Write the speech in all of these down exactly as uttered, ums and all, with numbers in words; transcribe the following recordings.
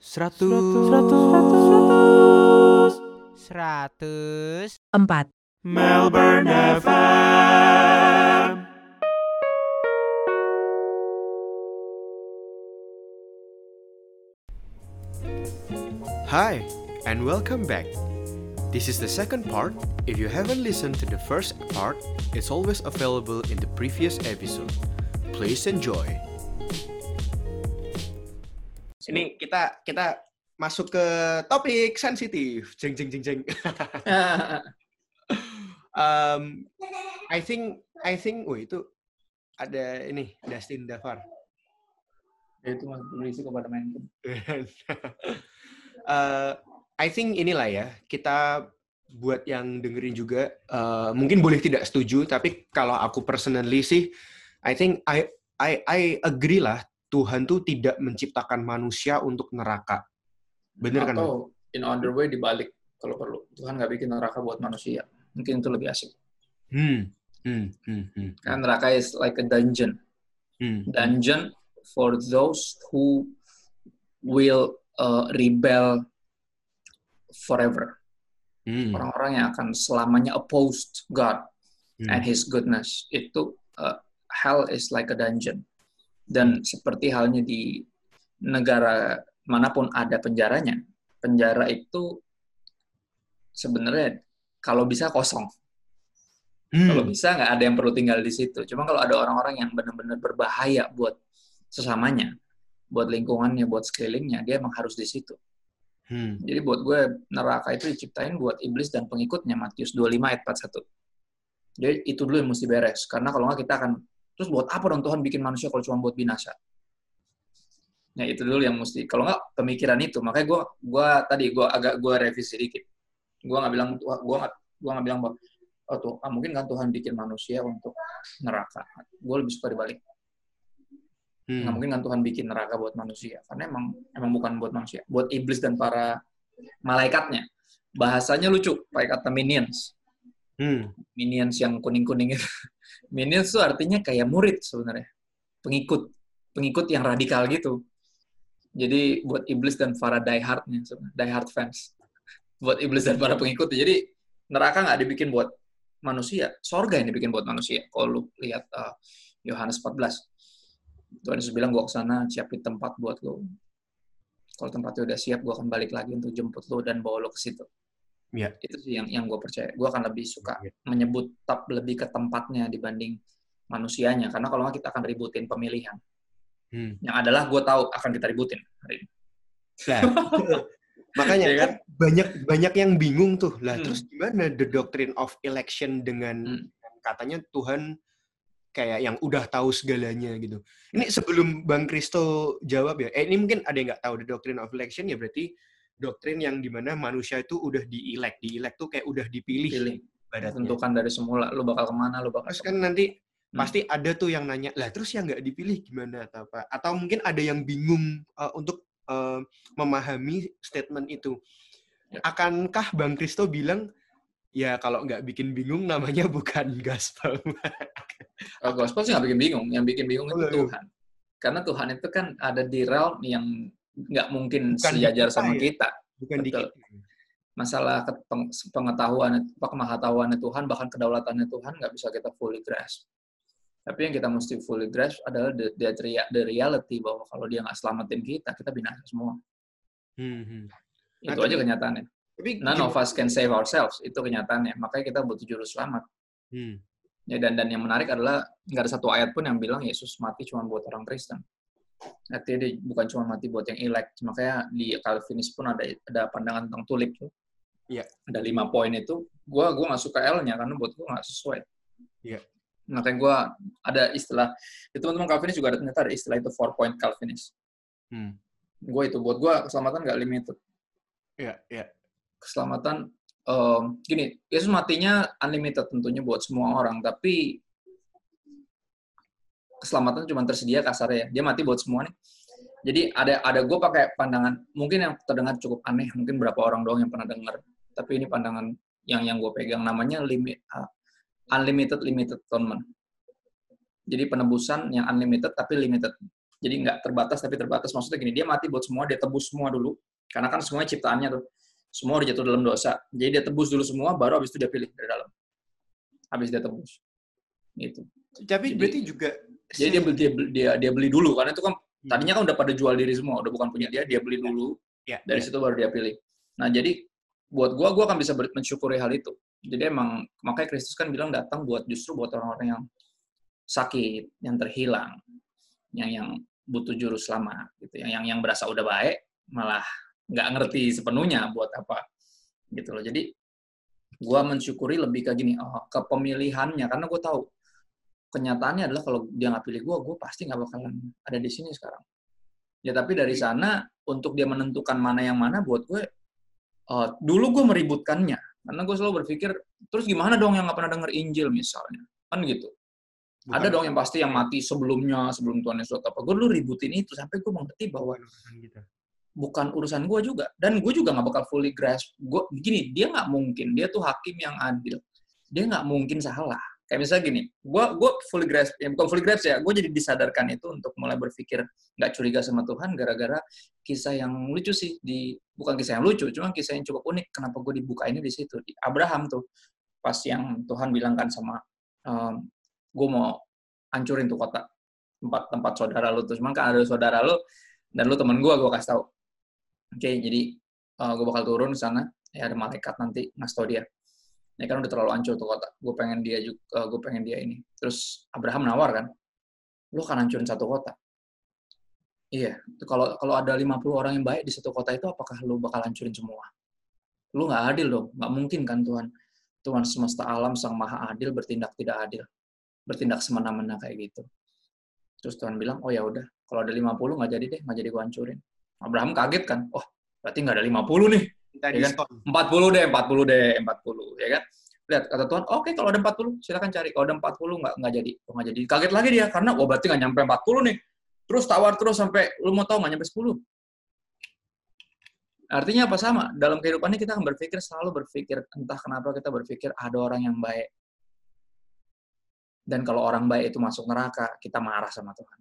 Seratus. Seratus. Seratus. Empat. Melbourne F M. Hi, and welcome back. This is the second part. If you haven't listened to the first part, it's always available in the previous episode. Please enjoy. Ini kita kita masuk ke topik sensitif. Jeng jeng jeng jeng. um, I think I think, oh itu ada ini Dustin Davar. Itu masih berisi kepada main. uh, I think inilah ya, kita buat yang dengerin juga, uh, mungkin boleh tidak setuju, tapi kalau aku personally sih, I think I I I agree lah, Tuhan tuh tidak menciptakan manusia untuk neraka. Bener kan? Atau in other way dibalik, kalau perlu. Tuhan nggak bikin neraka buat manusia. Mungkin itu lebih asik. Hmm. Hmm. Hmm. Hmm. Kan neraka is like a dungeon. Hmm. Dungeon for those who will uh, rebel forever. Hmm. Orang-orang yang akan selamanya opposed God Hmm. and His goodness. Itu uh, hell is like a dungeon. Dan seperti halnya di negara manapun ada penjaranya, penjara itu sebenarnya kalau bisa kosong. Hmm. Kalau bisa nggak ada yang perlu tinggal di situ. Cuma kalau ada orang-orang yang benar-benar berbahaya buat sesamanya, buat lingkungannya, buat sekelilingnya, dia emang harus di situ. Hmm. Jadi buat gue, neraka itu diciptain buat iblis dan pengikutnya, Matius dua puluh lima ayat empat puluh satu. Jadi itu dulu yang mesti beres. Karena kalau nggak kita akan, terus buat apa dong Tuhan bikin manusia kalau cuma buat binasa? Nah itu dulu yang mesti, kalau nggak pemikiran itu. Makanya gue, gue tadi gue agak gue revisi sedikit. Gue nggak bilang, gue nggak, gue nggak bilang bahwa oh tuh, ah, mungkin kan Tuhan bikin manusia untuk neraka. Gue lebih suka dibalik. Hmm. Nggak mungkin kan Tuhan bikin neraka buat manusia. Karena emang emang bukan buat manusia. Buat iblis dan para malaikatnya. Bahasanya lucu, pakai kata minions. Hmm. Minions yang kuning-kuning itu. Minions itu artinya kayak murid sebenarnya. Pengikut. Pengikut yang radikal gitu. Jadi buat iblis dan para diehard-nya. Diehard fans. Buat iblis dan para pengikut. Jadi neraka nggak dibikin buat manusia. Sorga yang dibikin buat manusia. Kalau lu lihat uh, Yohanes empat belas. Tuhan Yesus bilang, gue kesana siapin tempat buat lo. Kalau tempatnya udah siap, gue akan balik lagi untuk jemput lo dan bawa lo ke situ. Ya. Itu sih yang yang gue percaya. Gue akan lebih suka Ya. menyebut tab lebih ke tempatnya dibanding manusianya. Karena kalau nggak kita akan ributin pemilihan. Hmm. Yang adalah gue tahu akan kita ributin hari ini. Nah, makanya Ya kan? kan banyak banyak yang bingung tuh. Lah Hmm. terus gimana the doctrine of election dengan Hmm. katanya Tuhan kayak yang udah tahu segalanya gitu. Ini sebelum Bang Kristo jawab ya. Eh ini mungkin ada yang nggak tahu the doctrine of election ya, berarti doktrin yang dimana manusia itu udah dielect. Dielect tuh kayak udah dipilih. Pilih. Ibaratnya. Tentukan dari semula. Lo bakal kemana, lo bakal Terus kan nanti Hmm. pasti ada tuh yang nanya, lah terus yang nggak dipilih gimana atau apa? Atau mungkin ada yang bingung uh, untuk uh, memahami statement itu. Ya. Akankah Bang Kristo bilang, ya kalau nggak bikin bingung namanya bukan gospel. Kalau gospel sih nggak bikin bingung. Yang bikin bingung itu Oh, iya. Tuhan. Karena Tuhan itu kan ada di realm yang nggak mungkin Bukan di sejajar kita sama ya? kita. Bukan di Betul. kita. Masalah ke- peng- pengetahuan, kemahatauannya Tuhan, bahkan kedaulatannya Tuhan nggak bisa kita fully grasp. Tapi yang kita mesti fully grasp adalah the, the, rea- the reality bahwa kalau dia nggak selamatin kita, kita binasa semua. Hmm, hmm. Nah, Itu tapi- aja kenyataannya. Tapi None of gimana- us can save ourselves. Itu kenyataannya. Makanya kita butuh juru selamat. Hmm. Ya, dan dan yang menarik adalah nggak ada satu ayat pun yang bilang Yesus mati cuma buat orang Kristen. Artinya dia bukan cuma mati buat yang elect. Makanya di Calvinis pun ada ada pandangan tentang tulip tuh. Iya. Ada lima poin itu. Gua gua nggak suka L-nya karena buat gua nggak sesuai. Iya. Makanya gua ada istilah di teman-teman Calvinis juga ada ternyata ada istilah itu four point Calvinis. Hmm. Gua itu buat gua keselamatan nggak limited. Iya, iya. Keselamatan um, gini, Yesus matinya unlimited tentunya buat semua orang, tapi keselamatan cuma tersedia kasarnya ya. Dia mati buat semua nih. Jadi ada ada gue pakai pandangan mungkin yang terdengar cukup aneh, mungkin berapa orang doang yang pernah dengar. Tapi ini pandangan yang yang gue pegang namanya limit uh, unlimited limited atonement. Jadi penebusan yang unlimited tapi limited. Jadi nggak terbatas, tapi terbatas. Maksudnya gini, dia mati buat semua, dia tebus semua dulu. Karena kan semuanya ciptaannya tuh. Semua udah jatuh dalam dosa. Jadi dia tebus dulu semua, baru habis itu dia pilih dari dalam. Habis dia tebus. Gitu. Tapi Jadi- berarti juga Jadi dia beli, dia, beli- dia, dia beli dulu. Karena itu kan, tadinya kan udah pada jual diri semua. Udah bukan punya dia, dia beli dulu. ya, Dari ya. situ baru dia pilih. Nah, jadi buat gua, gua akan bisa ber- mensyukuri hal itu. Jadi emang, makanya Kristus kan bilang datang buat justru buat orang-orang yang sakit, yang terhilang, yang yang butuh juru selamat, gitu. Yang yang yang berasa udah baik, malah nggak ngerti sepenuhnya buat apa, gitu loh. Jadi gua mensyukuri lebih ke gini, oh, ke pemilihannya, karena gua tahu kenyataannya adalah kalau dia nggak pilih gua, gua pasti nggak bakalan ada di sini sekarang. Ya tapi dari sana untuk dia menentukan mana yang mana buat gue, uh, dulu gue meributkannya karena gue selalu berpikir terus gimana dong yang nggak pernah denger Injil misalnya, kan gitu. Bukan- Ada dong yang pasti yang mati sebelumnya sebelum Tuhan Yesus apa. Gue dulu ributin itu sampai gue mengerti bahwa bukan urusan kita. bukan urusan gue juga, dan gue juga nggak bakal fully grasp. Gue gini, dia nggak mungkin, dia tuh hakim yang adil, dia nggak mungkin salah. Kayak misalnya gini, gue gue fully grasp, ya bukan fully grasp ya, gue jadi disadarkan itu untuk mulai berpikir nggak curiga sama Tuhan gara-gara kisah yang lucu sih, di bukan kisah yang lucu, cuma kisah yang cukup unik. Kenapa gue dibuka ini di situ, di Abraham tuh, pas yang Tuhan bilang kan sama, ehm, gue mau hancurin tuh kota tempat tempat saudara lu, terus kan ada saudara lu dan lu temen gue, gue kasih tahu. Oke, jadi uh, gue bakal turun ke sana, ya ada malaikat nanti ngasih tau dia. Ini kan udah terlalu hancur tuh kota. Gue pengen dia juga, uh, gue pengen dia ini. Terus Abraham nawar kan, lu kan hancurin satu kota. Iya, kalau kalau ada lima puluh orang yang baik di satu kota itu, apakah lu bakal hancurin semua? Lu nggak adil dong, nggak mungkin kan Tuhan. Tuhan semesta alam sang maha adil bertindak tidak adil, bertindak semena-mena kayak gitu. Terus Tuhan bilang, oh ya udah, kalau ada lima puluh nggak jadi deh, nggak jadi gue hancurin. Abraham kaget kan, oh berarti nggak ada lima puluh nih. Kita Ya kan? diskon. empat puluh deh, empat puluh deh, empat puluh, ya kan? Lihat, kata Tuhan, oke kalau ada empat puluh, silakan cari. Kalau ada empat puluh, nggak, nggak jadi. Oh, nggak jadi. Kaget lagi dia, karena, oh berarti nggak nyampe empat puluh nih. Terus tawar terus sampai, lu mau tahu nggak nyampe sepuluh. Artinya apa sama? Dalam kehidupan ini kita akan berpikir, selalu berpikir, entah kenapa kita berpikir ada orang yang baik. Dan kalau orang baik itu masuk neraka, kita marah sama Tuhan.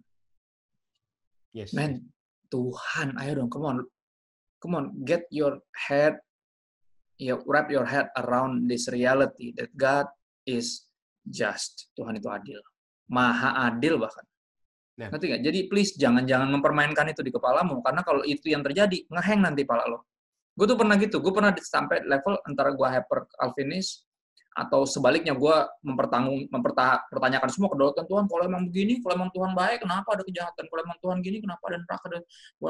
Yes. Man, Tuhan, ayo dong, come on. Come on, get your head, you wrap your head around this reality that God is just. Tuhan itu adil. Maha adil bahkan. Nah. Ngerti nggak? Jadi please, jangan-jangan mempermainkan itu di kepalamu. Karena kalau itu yang terjadi, ngeheng nanti pala lo. Gue tuh pernah gitu. Gue pernah sampai level antara gue hyper Calvinis, atau sebaliknya gue mempertanggung mempertanyakan semua kedaulatan Tuhan. Kalau emang begini, kalau emang Tuhan baik, kenapa ada kejahatan? Kalau emang Tuhan gini, kenapa ada neraka? Dan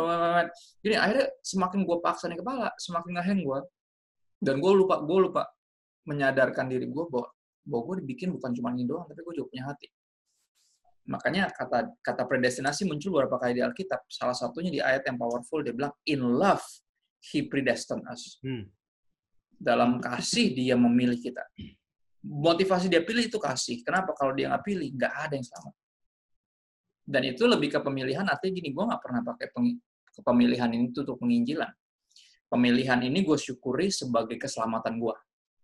jadi akhirnya semakin gue paksa nih kepala, semakin ngeheng gue, dan gue lupa gue lupa menyadarkan diri gue bahwa bahwa gue dibikin bukan cuma ini doang, tapi gue juga punya hati. Makanya kata kata predestinasi muncul beberapa kali di Alkitab. Salah satunya di ayat yang powerful, dia bilang in love he predestined us. Hmm. Dalam kasih dia memilih kita. Motivasi dia pilih itu kasih. Kenapa? Kalau dia nggak pilih, nggak ada yang selamat. Dan itu lebih ke pemilihan. Artinya gini, gue nggak pernah pakai peng, pemilihan ini untuk penginjilan. Pemilihan ini gue syukuri sebagai keselamatan gue.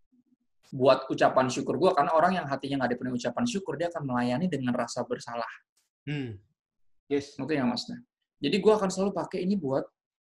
Buat ucapan syukur gue, karena orang yang hatinya nggak dipenuhi ucapan syukur, dia akan melayani dengan rasa bersalah. Hmm. Yes. Ngerti nggak maksudnya? Jadi gue akan selalu pakai ini buat,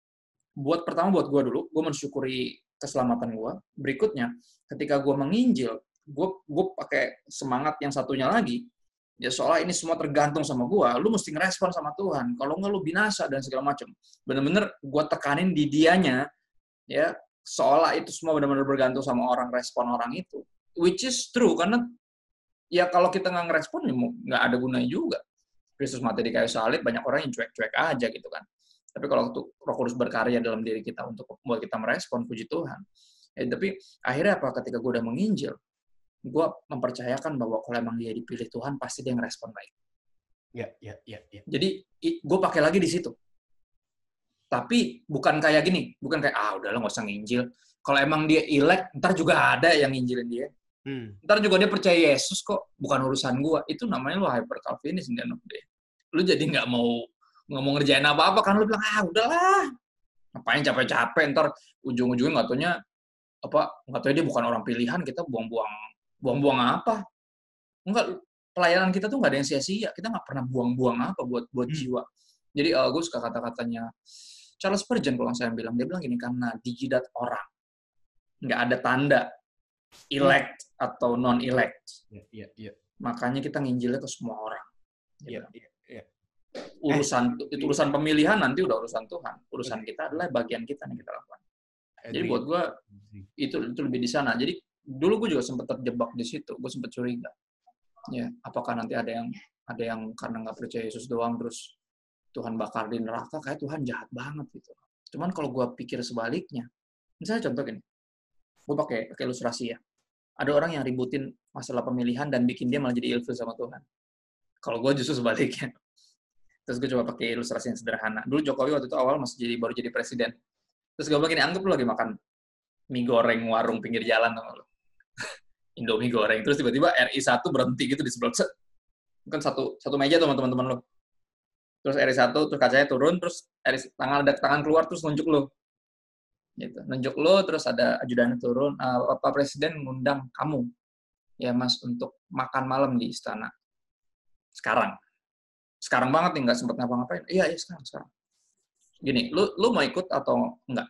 buat pertama buat gue dulu, gue mensyukuri keselamatan gue. Berikutnya, ketika gue menginjil, gue gue pakai semangat yang satunya lagi. Ya soalnya ini semua tergantung sama gue. Lu mesti ngerespon sama Tuhan. Kalau nggak lu binasa dan segala macam. Bener-bener gue tekanin di dianya, ya seolah itu semua benar-benar bergantung sama orang, respon orang itu. Which is true, karena ya kalau kita nggak ngerespon, ya nggak ada gunanya juga. Kristus mati di kayu salib, banyak orang yang cuek-cuek aja gitu kan. Tapi kalau Roh Kudus berkarya dalam diri kita untuk membuat kita merespon, puji Tuhan. Ya, tapi akhirnya apa? Ketika gue udah menginjil, gue mempercayakan bahwa kalau emang dia dipilih Tuhan, pasti dia ngerespon baik. Ya, ya, ya, ya. Jadi gue pakai lagi di situ. Tapi bukan kayak gini, bukan kayak ah udahlah nggak usah nginjil. Kalau emang dia elect, ntar juga ada yang nginjilin dia. Hmm. Ntar juga dia percaya Yesus kok, bukan urusan gue. Itu namanya lo hyper Calvinis, lu jadi nggak mau nggak mau ngerjain apa-apa kan, lu bilang ah udahlah, ngapain capek-capek, ntar ujung-ujungnya nggak taunya apa nggak taunya dia bukan orang pilihan, kita buang-buang buang-buang apa? Enggak, pelayanan kita tuh nggak ada yang sia-sia, kita nggak pernah buang-buang apa buat buat Hmm. jiwa. Jadi uh, gue suka kata-katanya Charles Spurgeon kalau saya bilang, dia bilang gini, karena di jidat orang nggak ada tanda elect atau non-elect. Iya, iya, iya. Makanya kita nginjilnya ke semua orang. Iya, iya, iya. Urusan itu urusan pemilihan nanti udah urusan Tuhan. Urusan kita adalah bagian kita yang kita lakukan. Jadi buat gue itu itu lebih di sana. Jadi dulu gue juga sempat terjebak di situ. Gue sempat curiga. Ya, apakah nanti ada yang ada yang karena nggak percaya Yesus doang terus Tuhan bakar di neraka, kayak Tuhan jahat banget gitu. Cuman kalau gue pikir sebaliknya, misalnya contoh gini, gue pakai pakai ilustrasi ya. Ada orang yang ributin masalah pemilihan dan bikin dia malah jadi ilfil sama Tuhan. Kalau gue justru sebaliknya. Terus gue coba pakai ilustrasi yang sederhana. Dulu Jokowi waktu itu awal masih jadi baru jadi presiden. Terus gue bilang gini, anggap lu lagi makan mie goreng warung pinggir jalan sama lu. Indomie goreng. Terus tiba-tiba R I satu berhenti gitu di sebelah. Kan satu satu meja tuh sama teman-teman lu. Terus R I satu, terus kacanya turun, terus R I, tangan ada tangan keluar, terus nunjuk lo. Gitu. Nunjuk lo, terus ada ajudannya turun, uh, Pak Presiden ngundang kamu, ya Mas, untuk makan malam di istana. Sekarang. Sekarang banget nih, nggak sempat ngapa-ngapain. Iya, iya, sekarang, sekarang. Gini, lu, lu mau ikut atau enggak?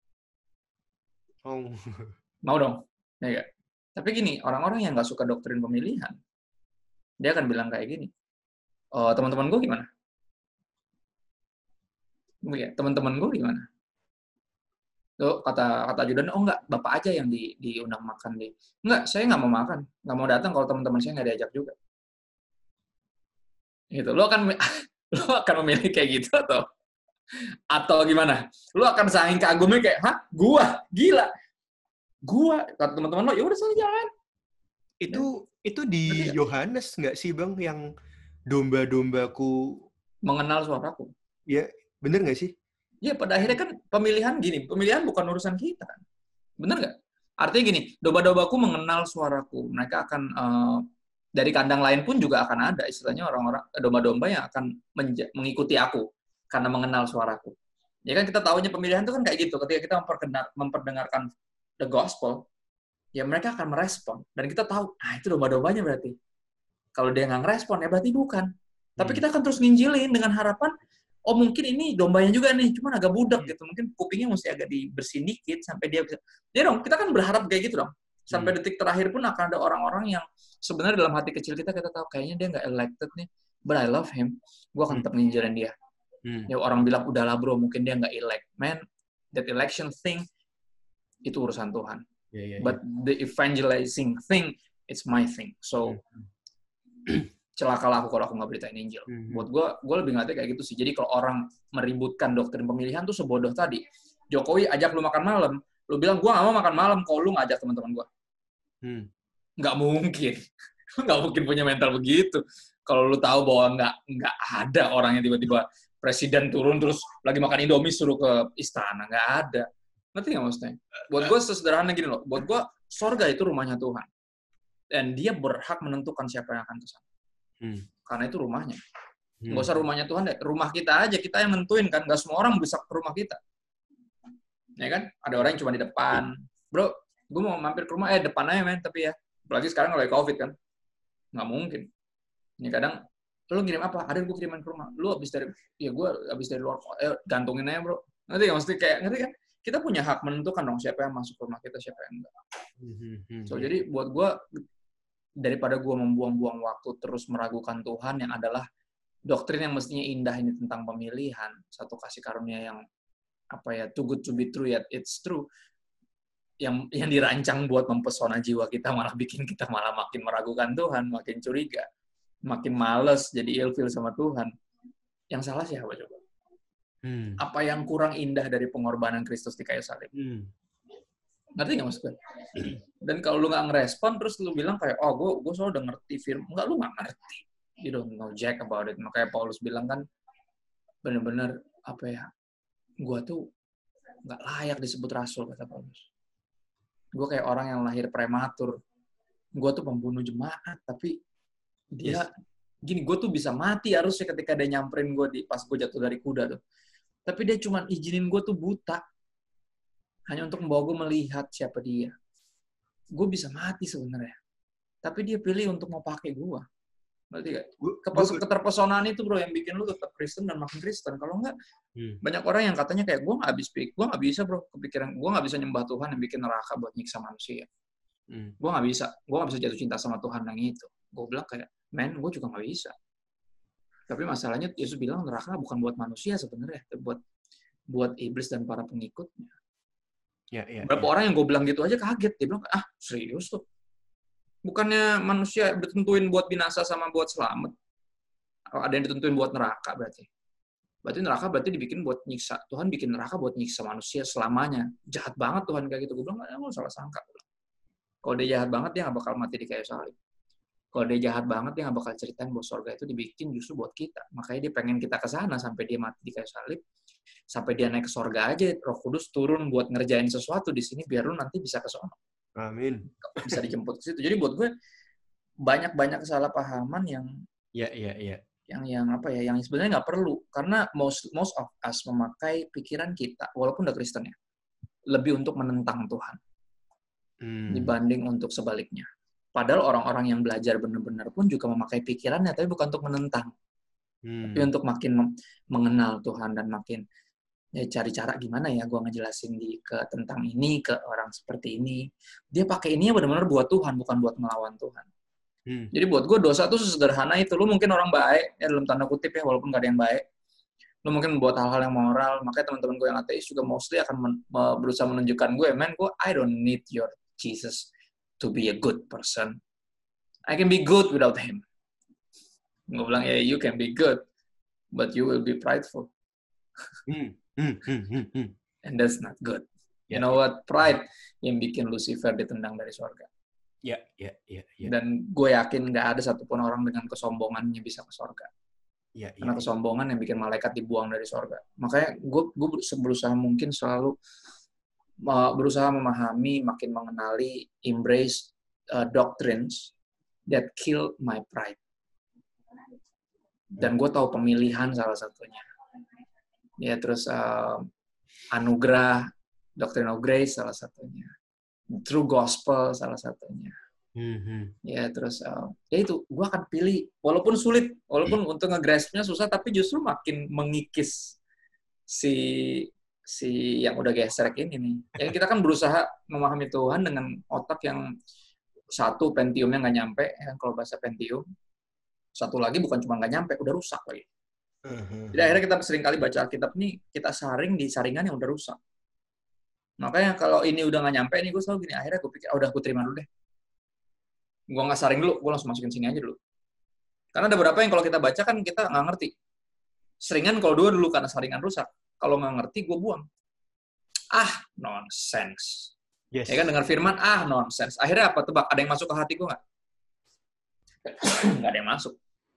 Oh. Mau dong. Ya, ya. Tapi gini, orang-orang yang nggak suka doktrin pemilihan, dia akan bilang kayak gini, oh, teman-teman gue gimana? Ya, teman-teman gue gimana? Tuh kata kata ajudan, oh enggak, bapak aja yang di diundang makan di. Enggak, saya nggak mau makan, nggak mau datang kalau teman-teman saya nggak diajak juga. Gitu, lo akan lo akan memilih kayak gitu atau atau gimana? Lo akan saking kagumnya kayak, hah, gua, gila, gua, kata teman-teman lo, ya udah saya jalan. Itu ya. Itu di Yohanes nggak sih bang yang domba-dombaku mengenal suaraku? Ya. Bener nggak sih? Ya, pada akhirnya kan pemilihan gini, pemilihan bukan urusan kita kan. Bener nggak? Artinya gini, domba-dombaku mengenal suaraku. Mereka akan, uh, dari kandang lain pun juga akan ada, istilahnya orang-orang, domba-domba yang akan menja- mengikuti aku, karena mengenal suaraku. Ya kan kita tahunya pemilihan itu kan kayak gitu, ketika kita memperdengarkan the gospel, ya mereka akan merespon. Dan kita tahu, ah itu domba-dombanya berarti. Kalau dia nggak ngerespon, ya berarti bukan. Tapi kita akan terus nginjilin dengan harapan, oh mungkin ini dombanya juga nih, cuman agak budak gitu. Mungkin kupingnya mesti agak dibersihin dikit sampai dia bisa. Ya dong, kita kan berharap kayak gitu dong. Sampai hmm. detik terakhir pun akan ada orang-orang yang sebenarnya dalam hati kecil kita, kita tahu kayaknya dia nggak elected nih, but I love him. Gue akan tetap nginjilin dia. Hmm. Ya orang bilang, udahlah bro, mungkin dia nggak elect. Man, that election thing, itu urusan Tuhan. Yeah, yeah, but yeah. the evangelizing thing, it's my thing. So, hmm. celakalah aku kalau aku nggak beritain Injil. Mm-hmm. Buat gue, gue lebih ngerti kayak gitu sih. Jadi kalau orang meributkan doktrin pemilihan tuh sebodoh tadi. Jokowi ajak lu makan malam, lu bilang gue nggak mau makan malam kalau lu ngajak teman-teman gue. Hmm. Nggak mungkin, nggak mungkin punya mental begitu. Kalau lu tahu bahwa nggak nggak ada orang yang tiba-tiba presiden turun terus lagi makan Indomie suruh ke istana, nggak ada. Ngerti nggak maksudnya? Buat gue sesederhana gini loh. Buat gue sorga itu rumahnya Tuhan, dan dia berhak menentukan siapa yang akan ke sana. Hmm. Karena itu rumahnya. Hmm. Nggak usah rumahnya Tuhan deh. Rumah kita aja, kita yang nentuin kan. Nggak semua orang bisa ke rumah kita. Ya kan? Ada orang yang cuma di depan. Bro, gue mau mampir ke rumah, eh depan aja men. Tapi ya, apalagi sekarang lagi COVID kan. Nggak mungkin. Ini kadang, lu ngirim apa? Ada gue kiriman ke rumah. Lu abis dari, ya gue abis dari luar, eh gantungin aja bro. Ngerti nggak? Maksudnya kayak, ngerti kan? Kita punya hak menentukan dong siapa yang masuk ke rumah kita, siapa yang enggak. So, hmm. jadi buat gue, daripada gue membuang-buang waktu terus meragukan Tuhan yang adalah doktrin yang mestinya indah ini tentang pemilihan, satu kasih karunia yang apa ya, too good to be true yet it's true, yang yang dirancang buat mempesona jiwa kita malah bikin kita malah makin meragukan Tuhan, makin curiga, makin males, jadi ilfil sama Tuhan. Yang salah siapa coba? Hmm. Apa yang kurang indah dari pengorbanan Kristus di kayu salib? Hmm. Ngerti nggak maksudnya? Dan kalau lu nggak ngerespon, terus lu bilang kayak, oh, gue gue soal udah ngerti firman. Enggak, lu nggak ngerti. You don't know jack about it. Makanya Paulus bilang kan, bener-bener, apa ya, gue tuh nggak layak disebut rasul, kata Paulus. Gue kayak orang yang lahir prematur. Gue tuh pembunuh jemaat, tapi dia, yes. Gini, gue tuh bisa mati harusnya ketika dia nyamperin gue di pas gue jatuh dari kuda tuh. Tapi dia cuma izinin gue tuh buta. Hanya untuk membawa gue melihat siapa dia. Gue bisa mati sebenarnya. Tapi dia pilih untuk mau pakai gue. Berarti gak? Gua- Kepes- gua- keterpesonaan itu bro yang bikin lu tetap Kristen dan makin Kristen. Kalau enggak, Hmm. banyak orang yang katanya kayak gue nggak habis pikir, gue nggak bisa bro kepikiran, gue nggak bisa nyembah Tuhan yang bikin neraka buat nyiksa manusia. Hmm. Gue nggak bisa, gue nggak bisa jatuh cinta sama Tuhan yang itu. Gue bilang kayak, men, gue juga nggak bisa. Tapi masalahnya Yesus bilang neraka bukan buat manusia sebenarnya, tapi buat buat iblis dan para pengikutnya. Ya, ya, Berapa ya. orang yang gue bilang gitu aja kaget, dia bilang, ah serius tuh? Bukannya manusia ditentuin buat binasa sama buat selamat? Ada yang ditentuin buat neraka berarti? Berarti neraka berarti dibikin buat nyiksa. Tuhan bikin neraka buat nyiksa manusia selamanya. Jahat banget Tuhan kayak gitu. Gue bilang, ah, lu salah sangka. Kalau dia jahat banget, dia nggak bakal mati di kayu salib. Kalau dia jahat banget, dia nggak bakal ceritain bahwa surga itu dibikin justru buat kita. Makanya dia pengen kita ke sana sampai dia mati di kayu salib. Sampai dia naik ke surga aja, Roh Kudus turun buat ngerjain sesuatu di sini biar lu nanti bisa ke sana. Amin. Bisa dijemput ke situ. Jadi buat gue banyak-banyak kesalahpahaman yang Ya, ya, ya. yang yang apa ya, yang sebenarnya nggak perlu. Karena most most of us memakai pikiran kita, walaupun udah Kristen ya, lebih untuk menentang Tuhan Hmm. dibanding untuk sebaliknya. Padahal orang-orang yang belajar benar-benar pun juga memakai pikirannya, tapi bukan untuk menentang. Hmm. Tapi untuk makin mem- mengenal Tuhan dan makin ya cari cara gimana ya gue ngejelasin di ke tentang ini ke orang seperti ini. Dia pakai ini ya benar-benar buat Tuhan, bukan buat melawan Tuhan. Hmm. Jadi buat gue dosa tuh sesederhana itu. Lu mungkin orang baik, ya dalam tanda kutip ya, walaupun gak ada yang baik. Lu mungkin membuat hal-hal yang moral. Makanya teman-teman gue yang ateis juga mostly akan men- berusaha menunjukkan gue, man, gue I don't need your Jesus to be a good person. I can be good without him. Gue bilang, yeah, you can be good, but you will be prideful. Hmm. Hmm. Hmm. Hmm. Hmm. And that's not good. You Ya, know what? Pride yang bikin Lucifer ditendang dari surga. ya, ya, ya, ya, Dan gue yakin nggak ada satupun orang dengan kesombongannya bisa ke surga. ya, ya. Karena kesombongan yang bikin malaikat dibuang dari surga. Makanya gue, gue berusaha mungkin selalu uh, berusaha memahami, makin mengenali, embrace uh, doctrines that kill my pride. Dan gue tahu pemilihan salah satunya. Ya terus uh, anugerah, doctrine of grace salah satunya. True gospel salah satunya. Hmm. Hmm. Ya terus uh, ya itu gue akan pilih walaupun sulit, walaupun untuk nge-grasp-nya susah, tapi justru makin mengikis si si yang udah gesrek ini nih. Ya kita kan berusaha memahami Tuhan dengan otak yang satu Pentiumnya nggak nyampe, ya, kalau bahasa Pentium. Satu lagi bukan cuma nggak nyampe, udah rusak lagi. Jadi akhirnya kita sering kali baca Alkitab nih, kita saring di saringan yang udah rusak. Makanya kalau ini udah nggak nyampe nih, gue selalu gini, akhirnya gue pikir, oh, udah gue terima dulu deh. Gue nggak saring dulu, gue langsung masukin sini aja dulu. Karena ada beberapa yang kalau kita baca kan kita nggak ngerti. Seringan kalau dua dulu karena saringan rusak. Kalau nggak ngerti, gue buang. Ah, nonsense. Yes. Ya kan dengar firman, ah, nonsense. Akhirnya apa? Tebak, ada yang masuk ke hati gue nggak? Nggak ada yang masuk.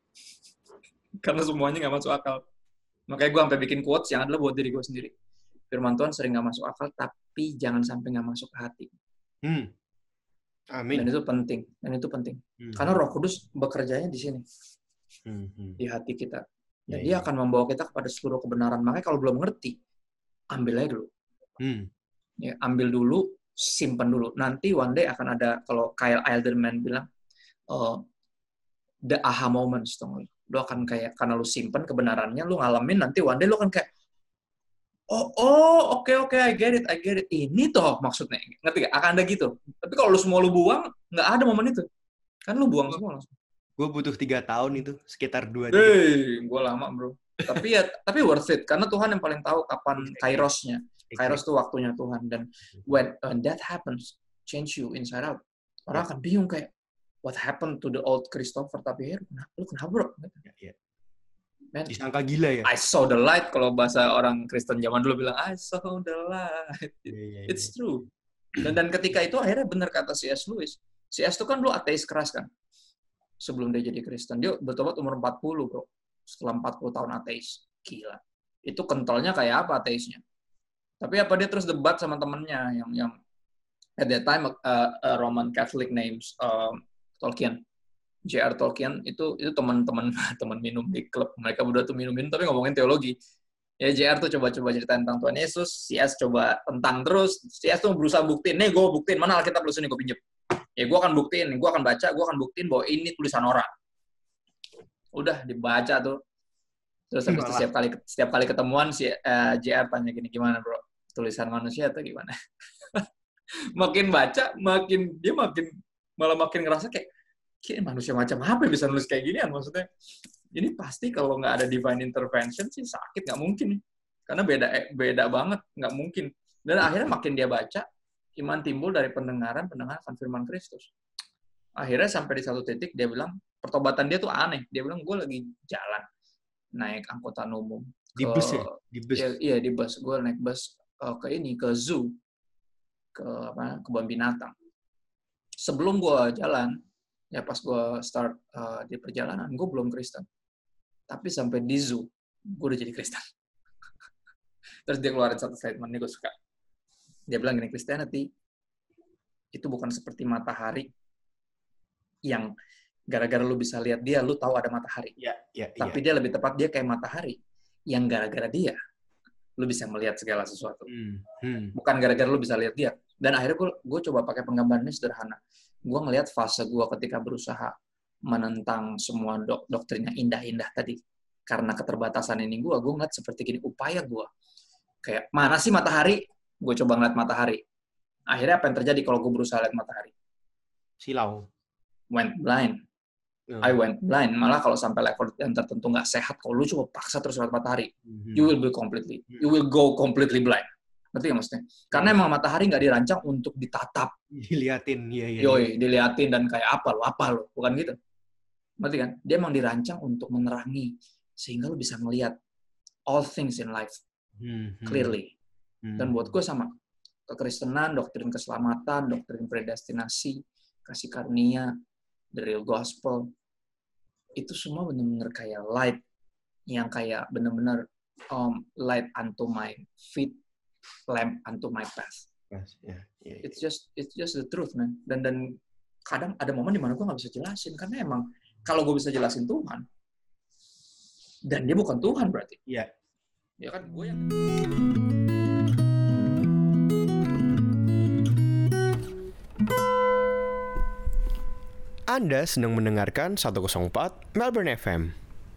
Karena semuanya nggak masuk akal. Makanya gue sampai bikin quotes yang adalah buat diri gue sendiri. Firman Tuhan sering nggak masuk akal, tapi jangan sampai nggak masuk ke hati. Hmm. Amin. Dan itu penting. Dan itu penting. Hmm. Karena Roh Kudus bekerjanya di sini, Hmm. Hmm. di hati kita. Dan Ya, dia ya. akan membawa kita kepada seluruh kebenaran. Makanya kalau belum ngerti, ambil aja dulu. Hmm. Ya, ambil dulu, simpan dulu. Nanti one day akan ada, kalau Kyle Alderman bilang, uh, the aha moments. Tuh. Lu akan kayak, karena lu simpan kebenarannya, lu ngalamin, nanti one day lu akan kayak, oh, oh, oke, okay, oke, okay, I get it, I get it. Ini toh maksudnya. Ngerti gak? Akan ada gitu. Tapi kalau lu semua lu buang, nggak ada momen itu. Kan lu buang semua langsung. Gue butuh tiga tahun itu, sekitar dua. tiga. Hei, gue lama bro. Tapi ya, tapi worth it. Karena Tuhan yang paling tahu kapan kairosnya. Kairos itu waktunya Tuhan. Dan when, when that happens, change you inside out. Orang akan bingung kayak, what happened to the old Christopher? Tapi ya, lu kenapa bro? Ya, ya. Man, Disangka gila ya. I saw the light, kalau bahasa orang Kristen zaman dulu bilang, I saw the light. Ya, ya, ya. It's true. Dan, dan ketika itu akhirnya benar kata C S Lewis. C S itu kan dulu ateis keras kan. Sebelum dia jadi Kristen. Dia bertobat umur empat puluh bro. Setelah empat puluh tahun ateis. Gila. Itu kentalnya kayak apa ateisnya. Tapi apa dia terus debat sama temennya yang yang at that time uh, uh, Roman Catholic names uh, Tolkien. J R Tolkien itu itu teman-teman teman minum di klub. Mereka berdua tuh minum-minum tapi ngomongin teologi. Ya J R tuh coba-coba cerita tentang Tuhan Yesus, C S coba tentang terus. C S tuh berusaha buktiin, nih gue buktiin mana Alkitab lu sini gue pinjem. Ya gue akan buktiin, gue akan baca, gue akan buktiin bahwa ini tulisan orang. Udah dibaca tuh. Terus habis itu Malah. setiap kali setiap kali ketemuan si uh, J R tanya gini, gimana bro? Tulisan manusia atau gimana? Makin baca, makin dia makin malah makin ngerasa kayak, kayak manusia macam apa yang bisa nulis kayak gini? Maksudnya, ini pasti kalau nggak ada divine intervention sih sakit, nggak mungkin. Karena beda beda banget, nggak mungkin. Dan akhirnya makin dia baca, iman timbul dari pendengaran, pendengaran akan firman Kristus. Akhirnya sampai di satu titik dia bilang, pertobatan dia tuh aneh. Dia bilang, gue lagi jalan, naik angkutan umum. Di ke, bus ya? Di bus? Iya, iya di bus. Gue naik bus uh, ke ini, ke zoo. Ke apa, kebun binatang. Sebelum gue jalan, ya pas gue start uh, di perjalanan, gue belum Kristen. Tapi sampai di zoo, gue udah jadi Kristen. Terus dia keluarin satu statement, ini gue suka. Dia bilang gini, Christianity itu bukan seperti matahari yang gara-gara lu bisa lihat dia, lu tahu ada matahari. Ya, ya, Tapi ya. dia lebih tepat, dia kayak matahari yang gara-gara dia, lu bisa melihat segala sesuatu. Hmm. Hmm. Bukan gara-gara lu bisa lihat dia. Dan akhirnya gue, gue coba pakai penggambarannya sederhana. Gue ngelihat fase gue ketika berusaha menentang semua dok doktrin yang indah-indah tadi. Karena keterbatasan ini gue, gue ngeliat seperti gini, upaya gue. Kayak, mana sih matahari? Gue coba ngeliat matahari. Akhirnya apa yang terjadi kalau gue berusaha lihat matahari? Silau. Went blind. Hmm. I went blind. Malah kalau sampai level yang tertentu nggak sehat, kalau lu coba paksa terus lihat matahari, Hmm. you will be completely, you will go completely blind. Ngerti nggak maksudnya? Karena emang matahari nggak dirancang untuk ditatap. Diliatin, iya, iya. Yoi, diliatin dan kayak apa lo, apa lo, bukan gitu. Ngerti kan? Dia emang dirancang untuk menerangi, sehingga lo bisa melihat all things in life Hmm. clearly. Hmm. Dan buat gue sama, kekristenan, doktrin keselamatan, doktrin predestinasi, kasih karunia, the real gospel, itu semua benar-benar kayak light, yang kayak benar-benar um, light unto my feet, lamp unto my path. Yes, yeah, yeah, yeah. It's just it's just the truth, man. Dan dan kadang ada momen di mana gue nggak bisa jelasin, karena emang kalau gue bisa jelasin Tuhan, dan dia bukan Tuhan berarti. Iya. Ya kan, gue yang Anda sedang mendengarkan seratus empat Melbourne F M.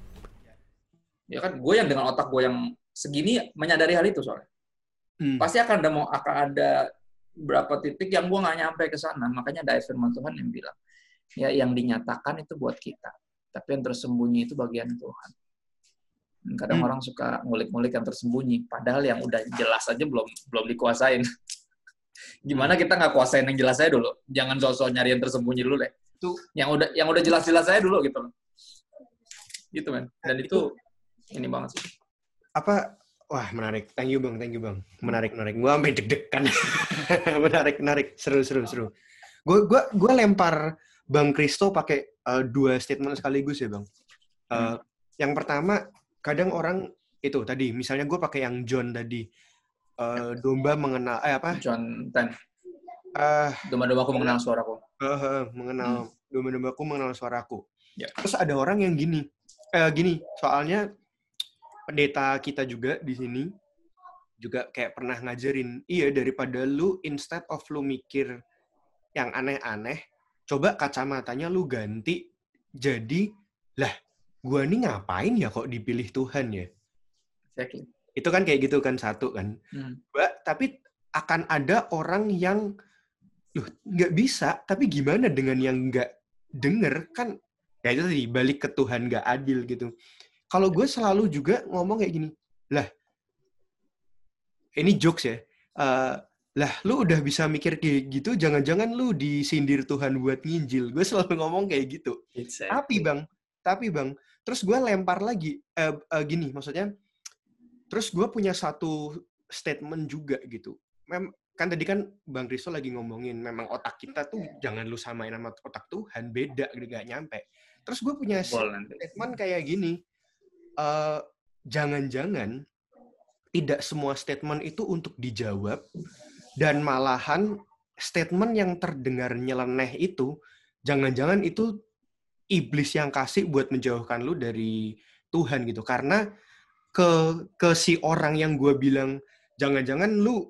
ya kan gue yang dengan otak gue yang segini menyadari hal itu soalnya. Hmm. Pasti akan ada mau akan ada berapa titik yang gue nggak nyampe ke sana. Makanya ada firman Tuhan yang bilang, ya yang dinyatakan itu buat kita, tapi yang tersembunyi itu bagian Tuhan. Dan kadang Hmm. orang suka ngulik-ngulik yang tersembunyi, padahal yang udah jelas aja belum belum dikuasain. Gimana kita nggak kuasain yang jelas aja dulu? Jangan sosok nyari yang tersembunyi dulu deh. Itu Yang udah yang udah jelas-jelas aja dulu gitu loh. Gitu kan. Dan itu ini banget sih. apa? Wah, menarik. Thank you, Bang. Thank you, Bang. Menarik, menarik. Gua sampai deg-degan. menarik, menarik. Seru, seru, seru. Gue gua gua lempar Bang Kristo pakai uh, dua statement sekaligus ya, Bang. Uh, Hmm. Yang pertama, kadang orang itu tadi, misalnya gue pakai yang John tadi. Uh, domba mengenal eh apa? John ten. Uh, Domba-dombaku mengenal suaraku. uh, uh, mengenal domba-dombaku mengenal suaraku. Ya. Terus ada orang yang gini. Eh gini, soalnya pendeta kita juga di sini juga kayak pernah ngajarin, iya daripada lu instead of lu mikir yang aneh-aneh, coba kacamatanya lu ganti jadi, lah gua nih ngapain ya kok dipilih Tuhan ya? Exactly. Itu kan kayak gitu kan, satu kan. Hmm. Dua, tapi akan ada orang yang, loh nggak bisa, tapi gimana dengan yang nggak denger, kan ya itu tadi, balik ke Tuhan nggak adil gitu. Kalau gue selalu juga ngomong kayak gini, lah, ini jokes ya, uh, lah lu udah bisa mikir kayak gitu, jangan-jangan lu disindir Tuhan buat nginjil. Gue selalu ngomong kayak gitu. Exactly. Tapi bang, tapi bang, terus gue lempar lagi, uh, uh, gini maksudnya, terus gue punya satu statement juga gitu. Mem kan tadi kan Bang Kristo lagi ngomongin, memang otak kita tuh jangan lu samain sama otak Tuhan, beda, gak nyampe. Terus gue punya statement kayak gini, Uh, jangan-jangan tidak semua statement itu untuk dijawab, dan malahan statement yang terdengar nyeleneh itu, jangan-jangan itu iblis yang kasih buat menjauhkan lu dari Tuhan gitu. Karena ke ke si orang yang gue bilang, jangan-jangan lu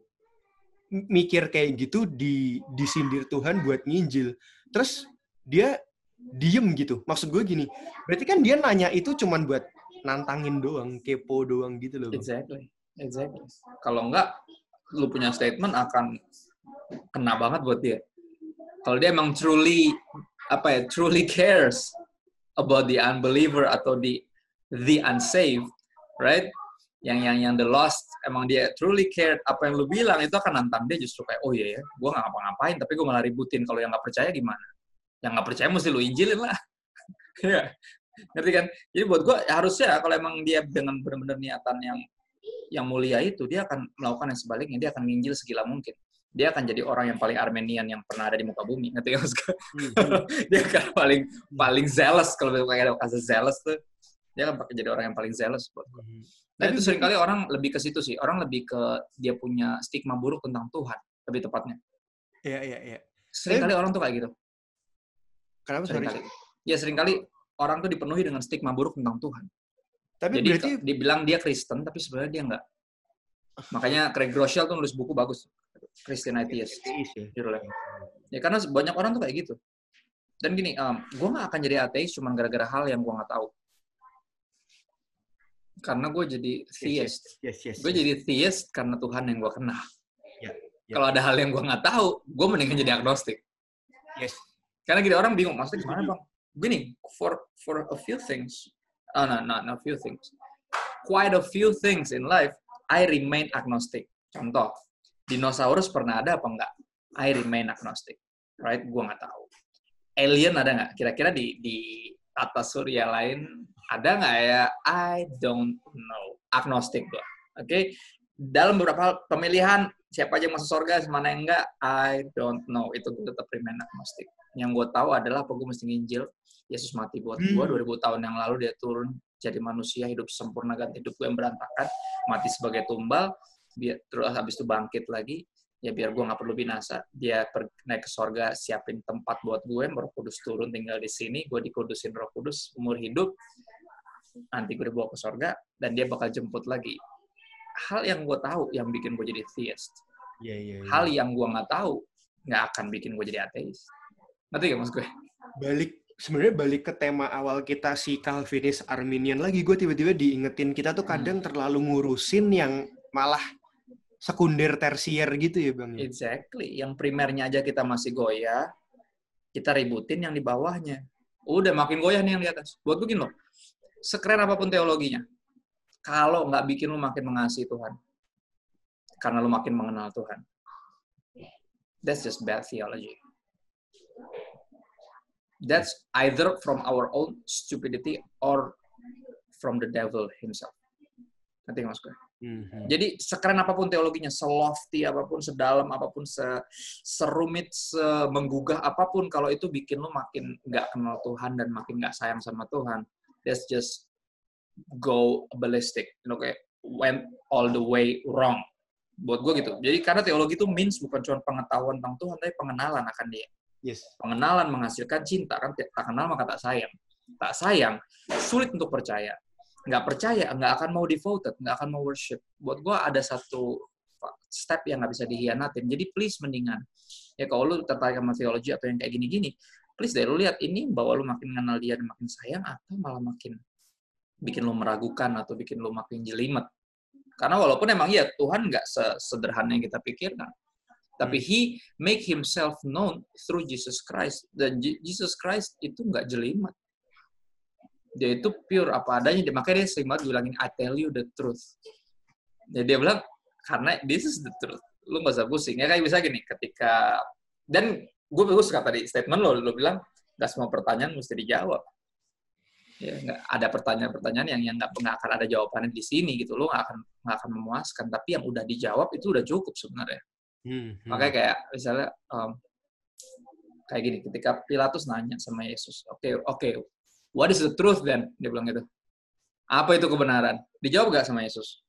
mikir kayak gitu di disindir Tuhan buat nginjil. Terus dia diem gitu. Maksud gue gini, berarti kan dia nanya itu cuman buat nantangin doang, kepo doang gitu loh. Bang. Exactly, exactly. Kalau enggak, lu punya statement akan kena banget buat dia. Kalau dia emang truly apa ya, truly cares about the unbeliever atau the the unsaved, right? Yang yang yang the lost, emang dia truly cared apa yang lu bilang, itu akan nantang dia justru kayak, oh iya ya, gue nggak ngapa-ngapain, tapi gue malah ributin. Kalau yang nggak percaya gimana? Yang nggak percaya mesti lu injilin lah. Ya, ngerti kan? Jadi buat gue harusnya kalau emang dia dengan benar-benar niatan yang yang mulia itu, dia akan melakukan yang sebaliknya, dia akan nginjil segila mungkin. Dia akan jadi orang yang paling Armenian yang pernah ada di muka bumi, ngerti kan? Hmm. Dia akan paling paling zealous, kalau kayak ada kata zealous tuh, dia akan pakai jadi orang yang paling zealous buat gue. Nah itu seringkali orang lebih ke situ sih, orang lebih ke dia punya stigma buruk tentang Tuhan, lebih tepatnya. Iya iya iya. Seringkali orang tuh kayak gitu. Kenapa sorry? Ya seringkali orang tuh dipenuhi dengan stigma buruk tentang Tuhan. Tapi jadi berarti dibilang dia Kristen, tapi sebenarnya dia enggak. Makanya Craig Groeschel tuh nulis buku bagus, Christian Atheist. Ya karena banyak orang tuh kayak gitu. Dan gini, um, gue nggak akan jadi ateis cuma gara-gara hal yang gue nggak tahu. Karena gue jadi theist. Yes, yes, yes, gue yes. jadi theist karena Tuhan yang gue kenal. Yeah, yeah. Kalau ada hal yang gue nggak tahu, gue mendingan jadi agnostik. Yes. Karena gini, orang bingung, maksudnya gimana bang? Gini, for for a few things, oh no, not no, a few things, quite a few things in life, I remain agnostic. Contoh, dinosaurus pernah ada apa enggak? I remain agnostic, right? Gue nggak tahu. Alien ada nggak? Kira-kira di di atas surya lain ada nggak ya? I don't know. Agnostic gue. Oke. Okay? Dalam beberapa pemilihan, siapa aja yang masuk surga, mana yang enggak, I don't know. Itu gue tetap remain agnostic. Yang gue tahu adalah apa gue mesti nginjil. Yesus mati buat gue, dua ribu tahun yang lalu dia turun jadi manusia, hidup sempurna, ganti hidup gue yang berantakan, mati sebagai tumbal, biar terus habis itu bangkit lagi, ya biar gue nggak perlu binasa. Dia per, naik ke sorga, siapin tempat buat gue, Roh Kudus turun tinggal di sini, gue dikudusin Roh Kudus umur hidup, nanti gue dibawa ke sorga, dan dia bakal jemput lagi. Hal yang gue tahu yang bikin gue jadi theist. Yeah, yeah, yeah. Hal yang gue nggak tahu nggak akan bikin gue jadi ateis. Ngerti gak maksud gue? Balik sebenarnya balik ke tema awal kita si Calvinis Arminian lagi, gue tiba-tiba diingetin kita tuh kadang hmm. terlalu ngurusin yang malah sekunder tersier gitu ya bang. Exactly, yang primernya aja kita masih goyah, kita ributin yang di bawahnya. Udah makin goyah nih yang di atas. Buat begini loh, sekeren apapun teologinya, kalau nggak bikin lu makin mengasihi Tuhan, karena lu makin mengenal Tuhan, that's just bad theology. That's either from our own stupidity or from the devil himself. Nanti mas gue. Mm-hmm. Jadi sekeren apapun teologinya, selofty apapun, sedalam apapun, serumit, semenggugah apapun, kalau itu bikin lu makin nggak kenal Tuhan dan makin nggak sayang sama Tuhan, that's just go ballistic, you know, kayak went all the way wrong. Buat gue gitu. Jadi karena teologi itu means bukan cuma pengetahuan tentang Tuhan, tapi pengenalan akan Dia. Yes. Pengenalan menghasilkan cinta, kan tak kenal maka tak sayang. Tak sayang, sulit untuk percaya. Nggak percaya, nggak akan mau devoted, nggak akan mau worship. Buat gue ada satu step yang nggak bisa dihianatin. Jadi please mendingan, ya kalau lu tertarik sama teologi atau yang kayak gini-gini, please deh lu lihat ini bahwa lu makin mengenal Dia dan makin sayang, atau malah makin bikin lu meragukan atau bikin lu makin jelimet. Karena walaupun emang iya Tuhan nggak sesederhana yang kita pikirkan, tapi He make Himself known through Jesus Christ. Dan Jesus Christ itu nggak jelimet. Dia itu pure apa adanya. Makanya dia sering banget bilangin, I tell you the truth. Jadi dia bilang, karena this is the truth. Lu nggak usah pusing. Ya kayak bisa gini, ketika... Dan gue bagus kata tadi, statement lo, lo bilang, nggak semua pertanyaan mesti dijawab. Ya, nggak ada pertanyaan-pertanyaan yang yang nggak nggak akan ada jawabannya di sini gitu. Lo nggak akan nggak akan memuaskan. Tapi yang udah dijawab itu udah cukup sebenarnya. Hmm, hmm. Makanya kayak misalnya um, kayak gini, ketika Pilatus nanya sama Yesus, oke okay, oke, okay, what is the truth then? Dia bilang gitu. Apa itu kebenaran? Dijawab gak sama Yesus?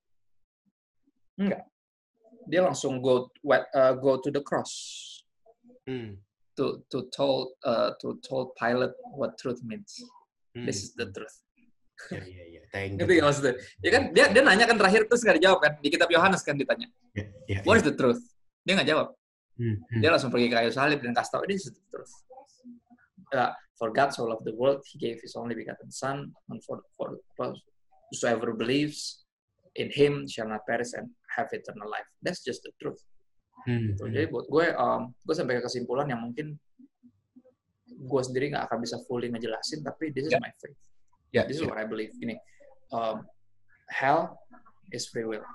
Enggak. Dia langsung go uh, go to the cross. Hmm. To to told uh, to told Pilate what truth means. Hmm. This is the truth. Ya ya ya. Ngerti gak maksudnya? Ya kan dia dia nanya kan terakhir terus nggak dijawab kan, di kitab Yohanes kan ditanya. Ya, ya, what is the truth? Dia nggak jawab. Hmm, hmm. Dia langsung pergi ke kayu salib dan kasih tahu, this is the truth. Ya, For God so loved the world, He gave His only begotten Son, and for, for, for whosoever believes in Him shall not perish and have eternal life. That's just the truth. Hmm. Gitu. Jadi buat gue, um, gue sampai ke kesimpulan yang mungkin gue sendiri nggak akan bisa fully ngejelasin, tapi this is Yeah. my faith. Yeah, This is yeah. what I believe. Ini, um, hell is free will,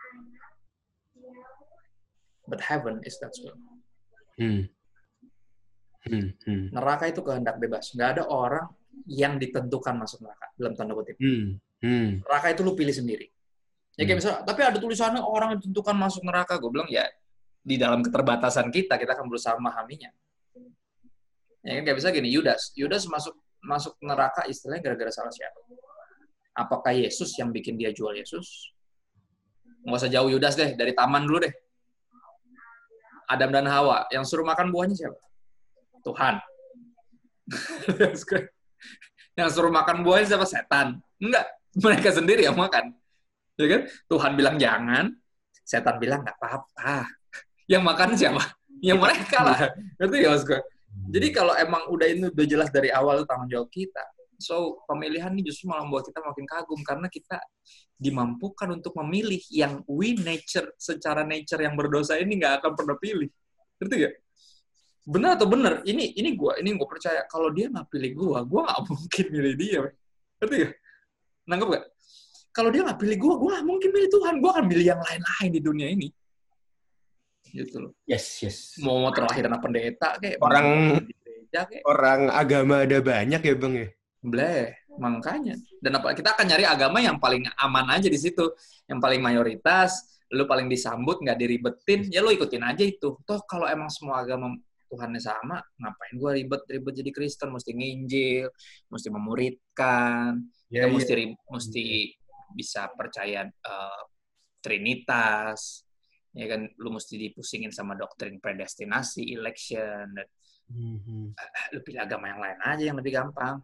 but heaven is God's will. Hmm. Hmm. Hmm. Neraka itu kehendak bebas. Nggak ada orang yang ditentukan masuk neraka, dalam tanda kutip. Hmm. Hmm. Neraka itu lu pilih sendiri. Ya kayak Hmm. misalnya, tapi ada tulisannya orang yang ditentukan masuk neraka. Gue bilang, ya di dalam keterbatasan kita, kita akan berusaha memahaminya. Ya kan kayak bisa gini, Yudas. Yudas masuk masuk neraka istilahnya gara-gara salah siapa? Apakah Yesus yang bikin dia jual Yesus? Nggak usah jauh Yudas deh, dari taman dulu deh. Adam dan Hawa, yang suruh makan buahnya siapa? Tuhan. Yang suruh makan buahnya siapa? Setan. Enggak, mereka sendiri yang makan. Ya kan? Tuhan bilang jangan, setan bilang nggak apa-apa. Yang makan siapa? Yang mereka lah. Ngerti ya Mas gue? Jadi kalau emang udah ini udah jelas dari awal itu tanggung jawab kita. So, pemilihan ini justru malah membuat kita makin kagum karena kita dimampukan untuk memilih yang we nature, secara nature yang berdosa ini nggak akan pernah pilih. Ngerti gak? Benar atau benar? Ini ini gue ini gue percaya kalau dia nggak pilih gue, gue nggak mungkin milih dia. Ngerti gak? Nanggap gak? Kalau dia nggak pilih gue, gue nggak mungkin milih Tuhan. Gue akan milih yang lain-lain di dunia ini. Gitu loh. Yes, yes. Mau mau terlahir anak pendeta kayak Orang di gereja kayak orang agama ada banyak ya Bang ya. bleh, makanya. Dan apa kita akan nyari agama yang paling aman aja di situ, yang paling mayoritas, lu paling disambut, nggak diribetin, ya lu ikutin aja itu. Toh kalau emang semua agama Tuhannya sama, ngapain gua ribet-ribet jadi Kristen, mesti nginjil, mesti memuridkan, Ya, kita ya. mesti mesti bisa percaya uh, Trinitas, ya kan, lu mesti dipusingin sama doktrin predestinasi, election, dan Mhm. uh, lu pilih agama yang lain aja yang lebih gampang.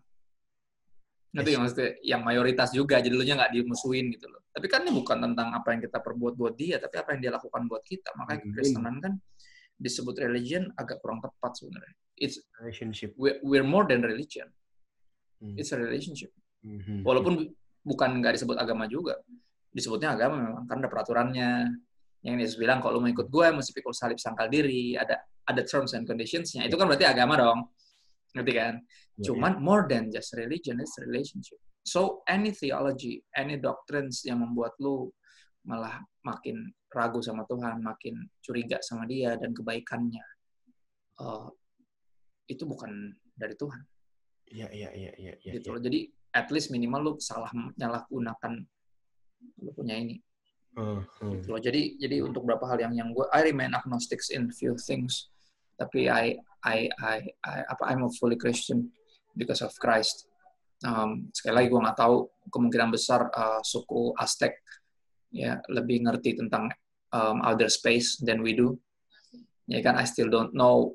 Ngerti nggak maksudnya? Yang mayoritas juga, jadi lu nya nggak dimusuhin gitu loh. Tapi kan ini bukan tentang apa yang kita perbuat buat dia, tapi apa yang dia lakukan buat kita. Makanya Hmm. kekristenan kan disebut religion agak kurang tepat sebenarnya. It's Relationship. we're, we're more than religion. Hmm. It's a relationship. Mhm. Walaupun bukan nggak disebut agama juga, disebutnya agama memang karena ada peraturannya. Yang Yesus bilang kalau lu mau ikut gue mesti pikul salib sangkal diri, ada ada terms and conditions-nya. Itu kan berarti agama dong. Ngerti kan? Ya, Cuman more than just religion, it's relationship. So any theology, any doctrines yang membuat lu malah makin ragu sama Tuhan, makin curiga sama Dia dan kebaikannya, uh, itu bukan dari Tuhan. Iya, iya, iya, iya, iya. Gitu loh. Jadi at least minimal lu salah menyalahgunakan lu punya ini. Uh, uh. Gitu loh. Jadi jadi untuk beberapa hal yang yang gue I remain agnostics in few things, tapi I I I, I apa I'm a fully Christian because of Christ. Um, sekali lagi gue nggak tahu, kemungkinan besar uh, suku Aztec ya lebih ngerti tentang um, outer space than we do. Ya kan, I still don't know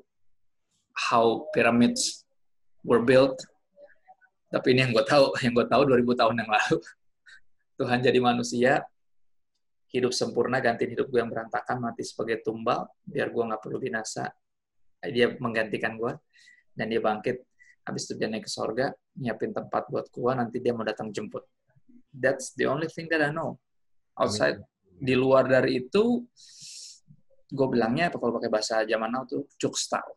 how pyramids were built. Tapi ini yang gue tahu, yang gue tahu dua ribu tahun yang lalu Tuhan jadi manusia, hidup sempurna, gantiin hidup gue yang berantakan, mati sebagai tumbal, biar gue nggak perlu binasa. Dia menggantikan gue, dan dia bangkit. Habis itu dia naik ke sorga, nyiapin tempat buat gue, nanti dia mau datang jemput. That's the only thing that I know. Outside, di luar dari itu, gue bilangnya, apa kalau pakai bahasa zaman now tuh, cukup tahu.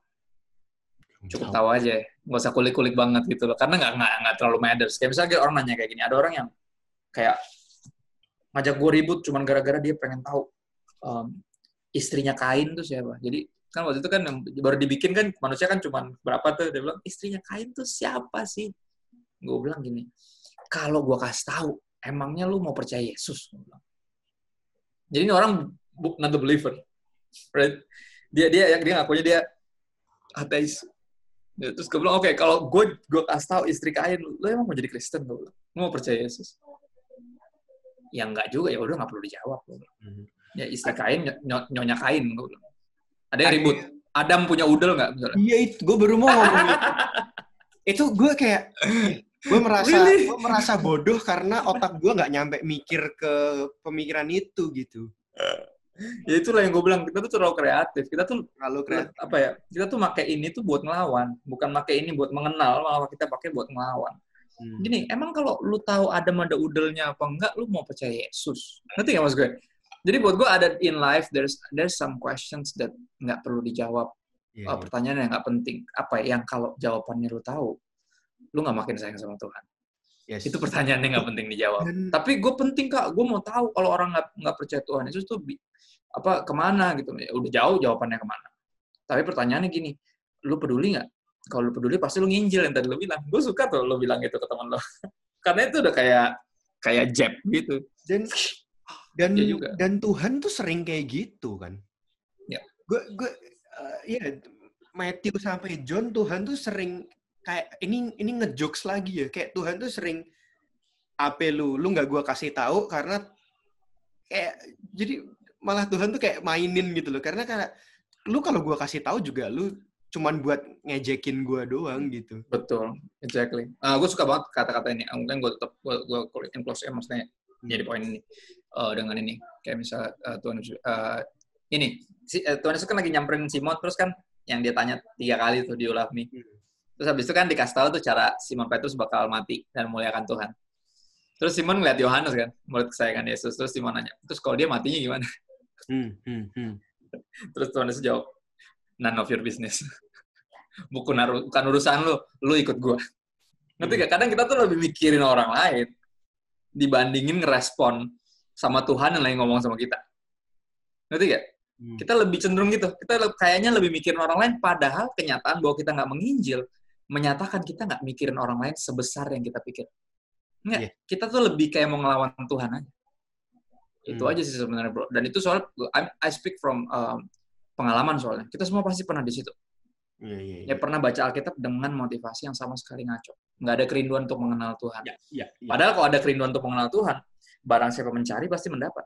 Cukup tahu aja, nggak usah kulik-kulik banget gitu loh, karena nggak nggak nggak terlalu matters. Kayak misalnya orang nanya kayak gini, ada orang yang kayak ngajak gue ribut cuman gara-gara dia pengen tahu um, istrinya Kain tuh siapa. Jadi kan waktu itu kan baru dibikin kan manusia kan cuman berapa tuh, dia bilang istrinya Kain tuh siapa sih? Gue bilang gini, kalau gue kasih tahu, emangnya lu mau percaya Yesus? Gue bilang. Jadi ini orang not the believer, right? Dia dia dia ngakunya dia ateis. Terus gue bilang, oke, okay, kalau gue gue kasih tahu istri Kain, lu emang mau jadi Kristen? Gue bilang, lu mau percaya Yesus? Ya enggak juga, ya udah nggak perlu dijawab. Mhm. Ya istri Kain, ny- nyonya Kain. Gue bilang. Ada yang ribut. Adam punya udel nggak? Misalnya. Iya, itu gue baru mau ngomong itu. Itu gue kayak gue merasa Really? gue merasa bodoh karena otak gue nggak nyampe mikir ke pemikiran itu gitu. Ya itulah yang gue bilang, kita tuh terlalu kreatif. Kita tuh Kalau kreatif. apa ya? Kita tuh pakai ini tuh buat ngelawan, bukan pakai ini buat mengenal, malah kita pakai buat ngelawan. Hmm. Gini, emang kalau lu tahu Adam ada udelnya apa enggak, lu mau percaya Yesus? Ngerti nggak mas gue? Jadi buat gue ada in life, there's there's some questions that nggak perlu dijawab. Yeah, Uh, pertanyaan yang nggak penting. Apa yang kalau jawabannya lu tahu, lu nggak makin sayang sama Tuhan. yes. Itu pertanyaan yang nggak penting dijawab. Dan- Tapi gue penting kak, gue mau tahu kalau orang nggak nggak percaya Tuhan Yesus tuh bi- apa kemana gitu. Ya, udah jauh jawabannya kemana. Tapi pertanyaannya gini, lu peduli nggak? Kalau lu peduli pasti lu nginjil yang tadi lu bilang. Gue suka tuh lu bilang itu ke teman lo. Karena itu udah kayak kayak jab gitu. Dan dan Iya juga. dan Tuhan tuh sering kayak gitu kan. Ya. Gue gue uh, ya Matthew sampai John Tuhan tuh sering kayak ini ini ngejokes lagi ya. Kayak Tuhan tuh sering apa lu lu nggak gue kasih tahu karena kayak jadi malah Tuhan tuh kayak mainin gitu loh. Karena kayak lu kalau gue kasih tahu juga lu cuman buat ngejekin gue doang gitu. Betul, exactly. Uh, gue suka banget kata-kata ini. Uh, mungkin gue tetap gue gue kulitin close ya maksudnya jadi poin ini uh, dengan ini. Kayak misalnya uh, Tuhan uh, ini si, uh, Tuhan Yesus kan lagi nyamperin Simon terus kan yang dia tanya tiga kali tuh di You Love Me. Terus habis itu kan dikasih tahu tuh cara Simon Petrus bakal mati dan muliakan Tuhan. Terus Simon ngeliat Yohanes kan, murid kesayangan Yesus. Terus Simon nanya, terus kalau dia matinya gimana? Hmm, hmm, hmm. Terus Tuhan Yesus jawab, none of your business. Bukan, bukan urusan lu, lu ikut gua. Ngerti gak? Kadang kita tuh lebih mikirin orang lain dibandingin ngerespon sama Tuhan yang lagi ngomong sama kita. Ngerti gak? Hmm. Kita lebih cenderung gitu. Kita kayaknya lebih mikirin orang lain, padahal kenyataan bahwa kita nggak menginjil menyatakan kita nggak mikirin orang lain sebesar yang kita pikir. Nggak, Yeah. kita tuh lebih kayak mau ngelawan Tuhan aja. Itu Hmm. aja sih sebenarnya bro. Dan itu soal I, I speak from um, pengalaman soalnya. Kita semua pasti pernah di situ. Yeah, yeah, Ya yeah. pernah baca Alkitab dengan motivasi yang sama sekali ngaco. Nggak ada kerinduan untuk mengenal Tuhan. Ya, ya, ya. Padahal kalau ada kerinduan untuk mengenal Tuhan, barang siapa mencari pasti mendapat.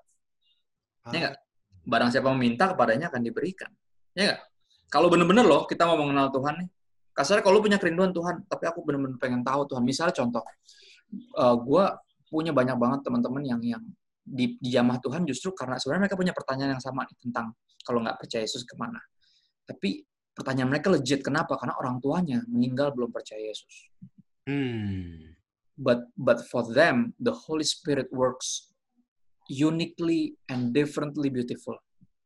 Ya nggak? Barang siapa meminta kepadanya akan diberikan. Ya nggak? Kalau bener-bener loh kita mau mengenal Tuhan nih, kasarnya kalau lu punya kerinduan Tuhan, tapi aku bener-bener pengen tahu Tuhan. Misalnya contoh, uh, gue punya banyak banget teman-teman yang yang di, di jamah Tuhan justru karena sebenarnya mereka punya pertanyaan yang sama nih, tentang kalau nggak percaya Yesus kemana. Tapi pertanyaan mereka legit. Kenapa? Karena orang tuanya meninggal belum percaya Yesus. Hmm. But but for them, the Holy Spirit works uniquely and differently beautiful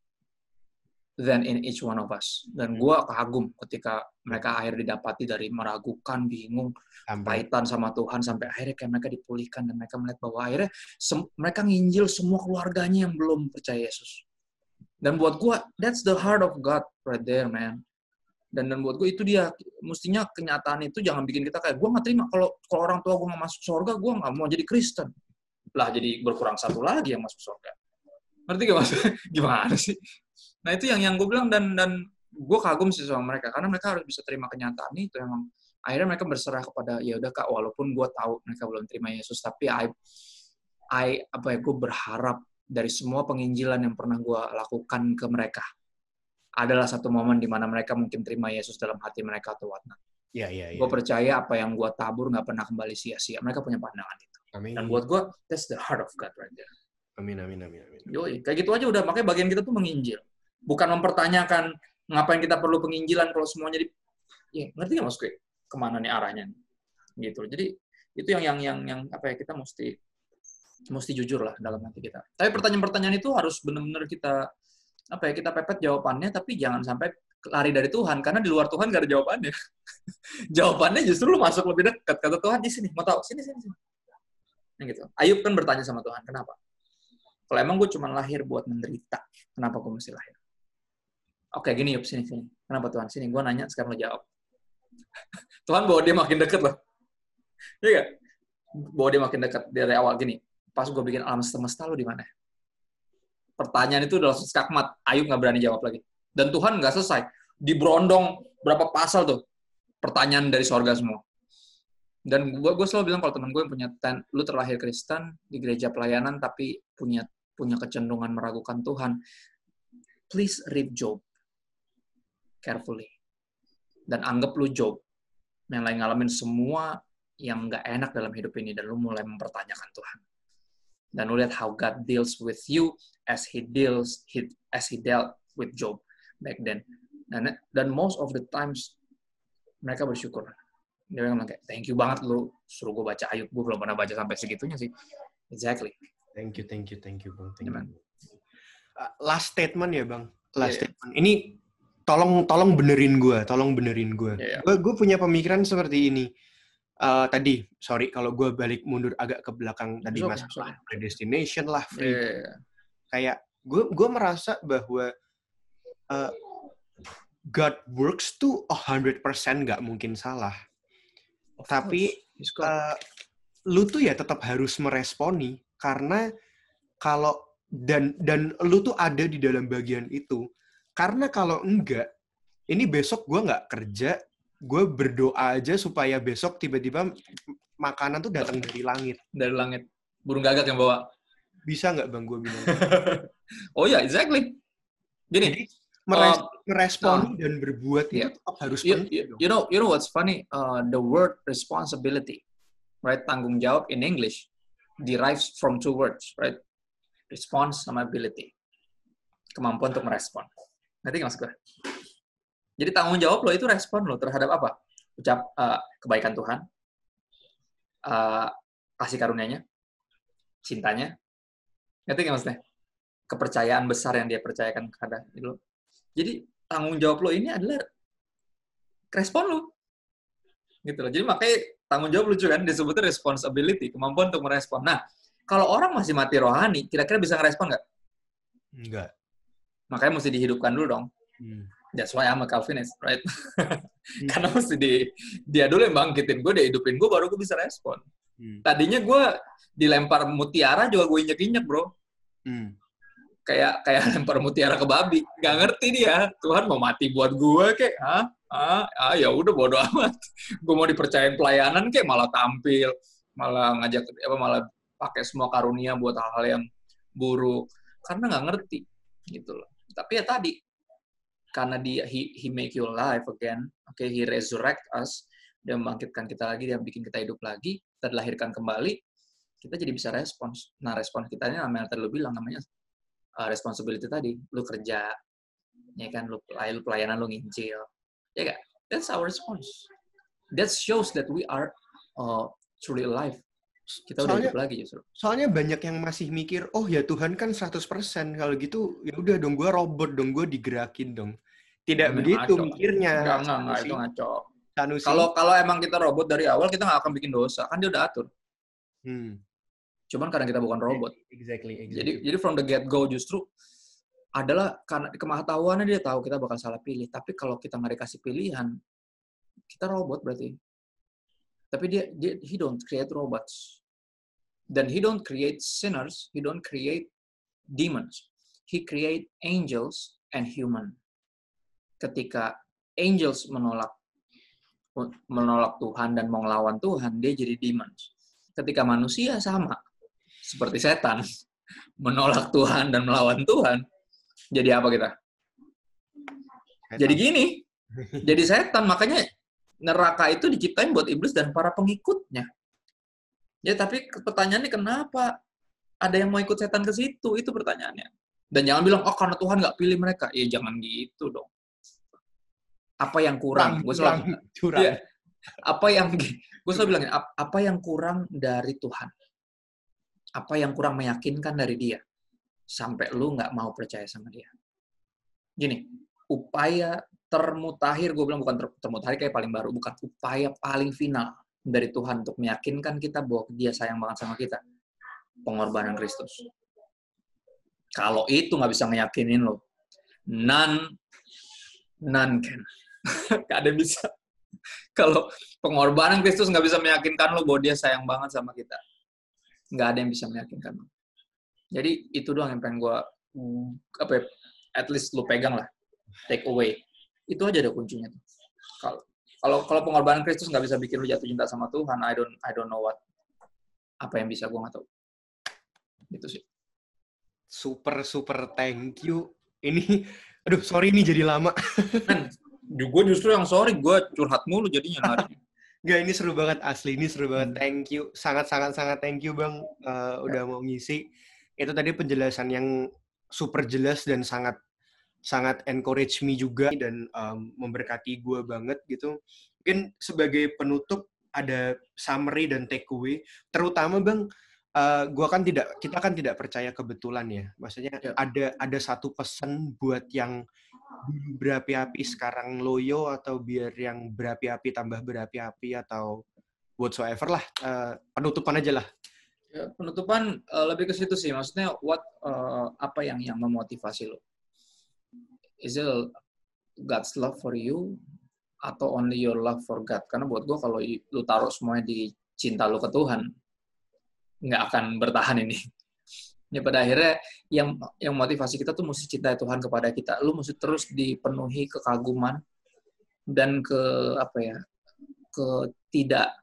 than in each one of us. Dan gue kagum ketika mereka akhirnya didapati dari meragukan, bingung, Sampai pahitan sama Tuhan, sampai akhirnya kayak mereka dipulihkan dan mereka melihat bahwa akhirnya sem- mereka nginjil semua keluarganya yang belum percaya Yesus. Dan buat gue, that's the heart of God right there, man. Dan dan buat gue itu dia, mestinya kenyataan itu jangan bikin kita kayak, gue nggak terima kalau kalau orang tua gue nggak masuk surga, gue nggak mau jadi Kristen. Lah jadi berkurang satu lagi yang masuk surga. Ngerti gak maksudnya? Gimana sih? Nah itu yang yang gue bilang, dan dan gue kagum sih sama mereka karena mereka harus bisa terima kenyataan itu. Emang akhirnya mereka berserah kepada ya udah kak, walaupun gue tahu mereka belum terima Yesus, tapi I, I apa ya gue berharap dari semua penginjilan yang pernah gue lakukan ke mereka adalah satu momen di mana mereka mungkin terima Yesus dalam hati mereka atau whatnot. ya, ya, ya. Gue percaya apa yang gue tabur nggak pernah kembali sia-sia. Mereka punya pandangan itu. Amin. Dan buat gue, that's the heart of God right there. Amin, amin, amin, amin. Yoi, kayak gitu aja udah. Makanya bagian kita tuh menginjil. Bukan mempertanyakan ngapain kita perlu penginjilan kalau semuanya di... Ya, ngerti nggak maksud gue? Kemana nih arahnya? Gitu. Jadi itu yang yang yang yang apa ya, kita mesti mesti jujur lah dalam hati kita. Tapi pertanyaan-pertanyaan itu harus benar-benar kita apa ya, kita pepet jawabannya, tapi jangan sampai lari dari Tuhan, karena di luar Tuhan gak ada jawabannya. Jawabannya justru lu masuk lebih dekat. Kata Tuhan, di sini, mau tahu? Sini, sini, sini. Nah, gitu. Ayub kan bertanya sama Tuhan, kenapa? Kalau emang gue cuma lahir buat menderita, kenapa gue mesti lahir? Oke, gini Yub, sini, sini. Kenapa Tuhan? Sini, gue nanya, sekarang lo jawab. Tuhan bawa dia makin dekat loh. Iya gak? Bawa dia makin dekat dari awal gini. Pas gue bikin alam semesta, lo di mana? Pertanyaan itu udah langsung skakmat. Ayub nggak berani jawab lagi. Dan Tuhan nggak selesai. Diberondong berapa pasal tuh. Pertanyaan dari sorga semua. Dan gue gue selalu bilang kalau teman gue yang punya ten, lu terlahir Kristen di gereja pelayanan tapi punya punya kecenderungan meragukan Tuhan, please read Job carefully. Dan anggap lu Job yang lagi ngalamin semua yang nggak enak dalam hidup ini dan lu mulai mempertanyakan Tuhan. Dan lu lihat how God deals with you as he deals he, as he dealt with Job back then. Dan, dan most of the times mereka bersyukur. Dia bilang kayak, thank you banget lu suruh gue baca Ayub. Gue belum pernah baca sampai segitunya sih. Exactly. Thank you, thank you, thank you, Bang. Thank Gimana? you. Uh, last statement ya, Bang. Last Yeah. statement. Ini tolong tolong benerin gue, tolong benerin gue. Yeah. Gue gue punya pemikiran seperti ini. Uh, tadi, sorry kalau gue balik mundur agak ke belakang tadi Okay, masalah okay. predestination lah, free. Yeah. Kayak gue gue merasa bahwa uh, God works tuh one hundred percent nggak mungkin salah. Of Tapi course. uh, lu tuh ya tetap harus meresponi karena kalau dan dan lu tuh ada di dalam bagian itu. Karena kalau enggak, ini besok gue nggak kerja, gue berdoa aja supaya besok tiba-tiba makanan tuh datang dari langit. Dari langit. Burung gagak yang bawa. Bisa nggak Bang gue bilang? Oh ya, yeah, exactly. Gini. Jadi meres- uh, meresponi no. dan berbuat Yeah. itu tetap harus You, penting. you, you know, you know what's funny? Uh, the word responsibility, right? Tanggung jawab in English derives from two words, right? Response sama ability. Kemampuan untuk merespon. Ngerti nggak maksud gue? Jadi tanggung jawab lo itu respon lo terhadap apa? Ucap uh, kebaikan Tuhan, uh, kasih karunia-Nya, cintanya. Ngerti nggak maksudnya? Kepercayaan besar yang dia percayakan kepada lo. Jadi tanggung jawab lo ini adalah respon lo. Gitu loh. Jadi makanya tanggung jawab lucu kan disebutnya responsibility, kemampuan untuk merespon. Nah, kalau orang masih mati rohani, kira-kira bisa ngerespon nggak? Enggak. Makanya mesti dihidupkan dulu dong. Hmm. That's why I'm a Calvinist, right? hmm. Karena mesti di, dia dulu yang bangkitin gue, dia hidupin gue, baru gue bisa respon. Hmm. Tadinya gue dilempar mutiara juga gue injek-injek, bro. Hmm. Kayak kayak lempar mutiara ke babi. Nggak ngerti dia. Tuhan mau mati buat gue, kayak, hah? Ah, ah ya udah bodo amat. Gue mau dipercayain pelayanan, kayak malah tampil, malah ngajak, apa malah pakai semua karunia buat hal-hal yang buruk. Karena nggak ngerti, gitu loh. Tapi ya tadi, karena dia he, he make you alive again, okay, he resurrect us, dia membangkitkan kita lagi, dia bikin kita hidup lagi, kita dilahirkan kembali, kita jadi bisa respons. Nah, respons kita ini namanya tadi lu bilang namanya uh, responsibility tadi, lu kerja, ya kan, lu, lu pelayanan, lu nginjil, ya kan? That's our response. That shows that we are uh, truly alive. Kita udah hidup lagi justru. Soalnya banyak yang masih mikir, oh ya Tuhan kan seratus persen. Kalau gitu, ya udah dong, gue robot dong, gue digerakin dong. Tidak nah, begitu ngaco. Mikirnya. Enggak, enggak, enggak, itu ngaco. Sanusi. Kalau kalau emang kita robot dari awal, kita nggak akan bikin dosa. Kan dia udah atur. Hmm. Cuman karena kita bukan robot. Exactly, exactly. Jadi, jadi from the get-go justru adalah karena kemahtahuannya dia tahu kita bakal salah pilih. Tapi kalau kita nggak dikasih pilihan, kita robot berarti. Tapi dia, dia he don't create robots. Dan he don't create sinners, he don't create demons. He create angels and human. Ketika angels menolak menolak Tuhan dan mau ngelawan Tuhan, dia jadi demons. Ketika manusia sama, seperti setan, menolak Tuhan dan melawan Tuhan, jadi apa kita? Setan. Jadi gini, jadi setan. Makanya neraka itu diciptain buat iblis dan para pengikutnya. Ya, tapi pertanyaannya kenapa ada yang mau ikut setan ke situ? Itu pertanyaannya. Dan jangan bilang, oh karena Tuhan nggak pilih mereka. Ya jangan gitu dong. Apa yang kurang? Gue selalu curang. Ya, apa yang gue selalu bilangin, apa yang kurang dari Tuhan? Apa yang kurang meyakinkan dari Dia? Sampai lu nggak mau percaya sama Dia. Gini, upaya termutakhir, gue bilang bukan ter, termutakhir kayak paling baru, bukan upaya paling final dari Tuhan untuk meyakinkan kita bahwa Dia sayang banget sama kita. Pengorbanan Kristus. Kalau itu nggak bisa ngeyakinin lo, none, none can. Gak ada bisa. Kalau pengorbanan Kristus nggak bisa meyakinkan lo bahwa Dia sayang banget sama kita, nggak ada yang bisa meyakinkan lo. Jadi itu doang yang pengen gue, apa ya, at least lo pegang lah, take away. Itu aja ada kuncinya tuh. Kalau kalau kalau pengorbanan Kristus nggak bisa bikin lo jatuh cinta sama Tuhan, I don't I don't know what apa yang bisa, gue nggak tahu. Gitu sih. Super super thank you. Ini, aduh sorry ini jadi lama. Men, gue justru yang sorry, gue curhat mulu jadinya hari ini. Nggak, ini seru banget asli, ini seru banget. Hmm. Thank you, sangat sangat sangat thank you Bang, eh, udah mau ngisi. Itu tadi penjelasan yang super jelas dan sangat sangat encourage me juga dan um, memberkati gue banget gitu. Mungkin sebagai penutup ada summary dan takeaway, terutama Bang, uh, gua kan tidak kita kan tidak percaya kebetulan ya. Maksudnya Ya. ada ada satu pesan buat yang berapi-api sekarang loyo atau biar yang berapi-api tambah berapi-api atau whatsoever lah, uh, penutupan aja lah. Ya, penutupan uh, lebih ke situ sih. Maksudnya what uh, apa yang yang memotivasi lo? Is it God's love for you atau only your love for God? Karena buat gue kalau lu taruh semuanya di cinta lu ke Tuhan, nggak akan bertahan ini. Ya pada akhirnya yang yang motivasi kita tuh mesti cinta Tuhan kepada kita. Lu mesti terus dipenuhi kekaguman dan ke apa ya? Ke tidak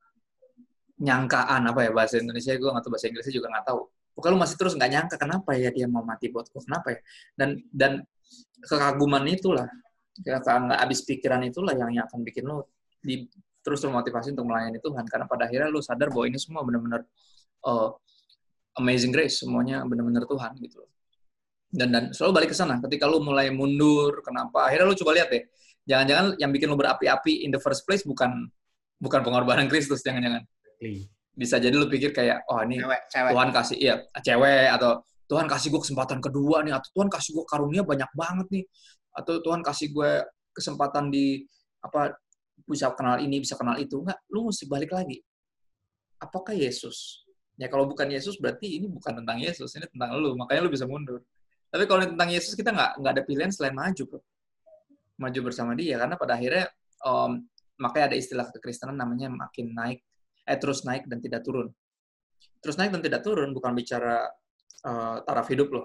nyangkaan, apa ya bahasa Indonesia, gue nggak tahu, bahasa Inggrisnya juga nggak tahu. Pokoknya lu masih terus nggak nyangka, kenapa ya dia mau mati buat gue, kenapa ya? Dan dan kekaguman itulah, nggak habis pikiran itulah yang, yang akan bikin lu di, terus termotivasi untuk melayani Tuhan. Karena pada akhirnya lu sadar bahwa ini semua benar-benar uh, amazing grace, semuanya benar-benar Tuhan gitu. Dan dan selalu balik ke sana. Ketika lu mulai mundur, kenapa? Akhirnya lu coba lihat deh, jangan-jangan yang bikin lu berapi-api in the first place bukan bukan pengorbanan Kristus, jangan-jangan. Bisa jadi lu pikir kayak, oh ini Cewek, cewek. Tuhan kasih, iya, cewek, atau Tuhan kasih gue kesempatan kedua nih, atau Tuhan kasih gue karunia banyak banget nih, atau Tuhan kasih gue kesempatan di, apa, bisa kenal ini, bisa kenal itu. Enggak, lu mesti balik lagi. Apakah Yesus? Ya kalau bukan Yesus, berarti ini bukan tentang Yesus, ini tentang lu, makanya lu bisa mundur. Tapi kalau tentang Yesus, kita nggak, nggak ada pilihan selain maju, bro. Maju bersama dia, karena pada akhirnya, um, makanya ada istilah kekristenan namanya makin naik, eh terus naik dan tidak turun. Terus naik dan tidak turun bukan bicara uh, taraf hidup loh.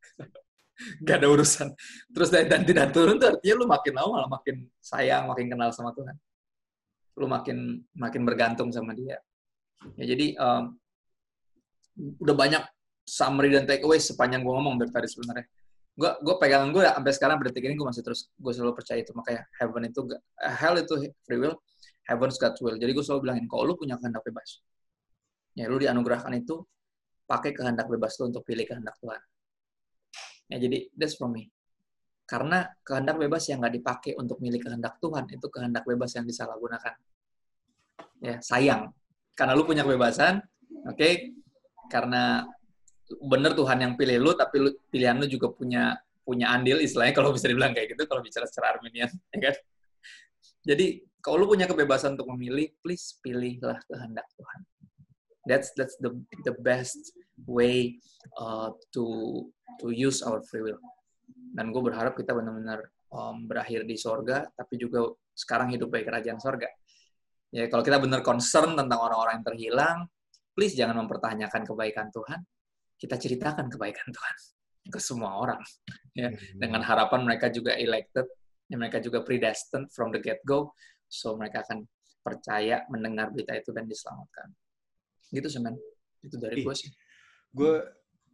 Gak ada urusan. Terus naik dan tidak turun itu artinya lu makin lama malah makin sayang, makin kenal sama Tuhan. Lu makin makin bergantung sama dia. Ya jadi um, udah banyak summary dan takeaway sepanjang gue ngomong dari tadi sebenarnya. Gue gue pegangan gue sampai sekarang berdetik ini gue masih terus gue selalu percaya itu. Makanya heaven itu hell itu free will, heaven's God's will. Jadi gue selalu bilangin, kalau lu punya kehendak bebas, ya lu dianugerahkan itu pakai kehendak bebas lu untuk pilih kehendak Tuhan. Ya jadi that's for me. Karena kehendak bebas yang nggak dipakai untuk milih kehendak Tuhan itu kehendak bebas yang disalahgunakan. Ya sayang. Karena lu punya kebebasan, oke? Okay? Karena bener Tuhan yang pilih lu, tapi lu, pilihan lu juga punya punya andil, istilahnya kalau bisa dibilang kayak gitu, kalau bicara secara Arminian, ya kan? Jadi kalau lu punya kebebasan untuk memilih, please pilihlah kehendak Tuhan. That's that's the the best way uh, to to use our free will. Dan gue berharap kita benar-benar um, berakhir di sorga, tapi juga sekarang hidup baik kerajaan sorga. Ya kalau kita benar concern tentang orang-orang yang terhilang, please jangan mempertanyakan kebaikan Tuhan. Kita ceritakan kebaikan Tuhan ke semua orang. Ya, dengan harapan mereka juga elected, ya, mereka juga predestined from the get-go, so mereka akan percaya mendengar berita itu dan diselamatkan. Gitu sih, man. Itu dari gue sih. Gue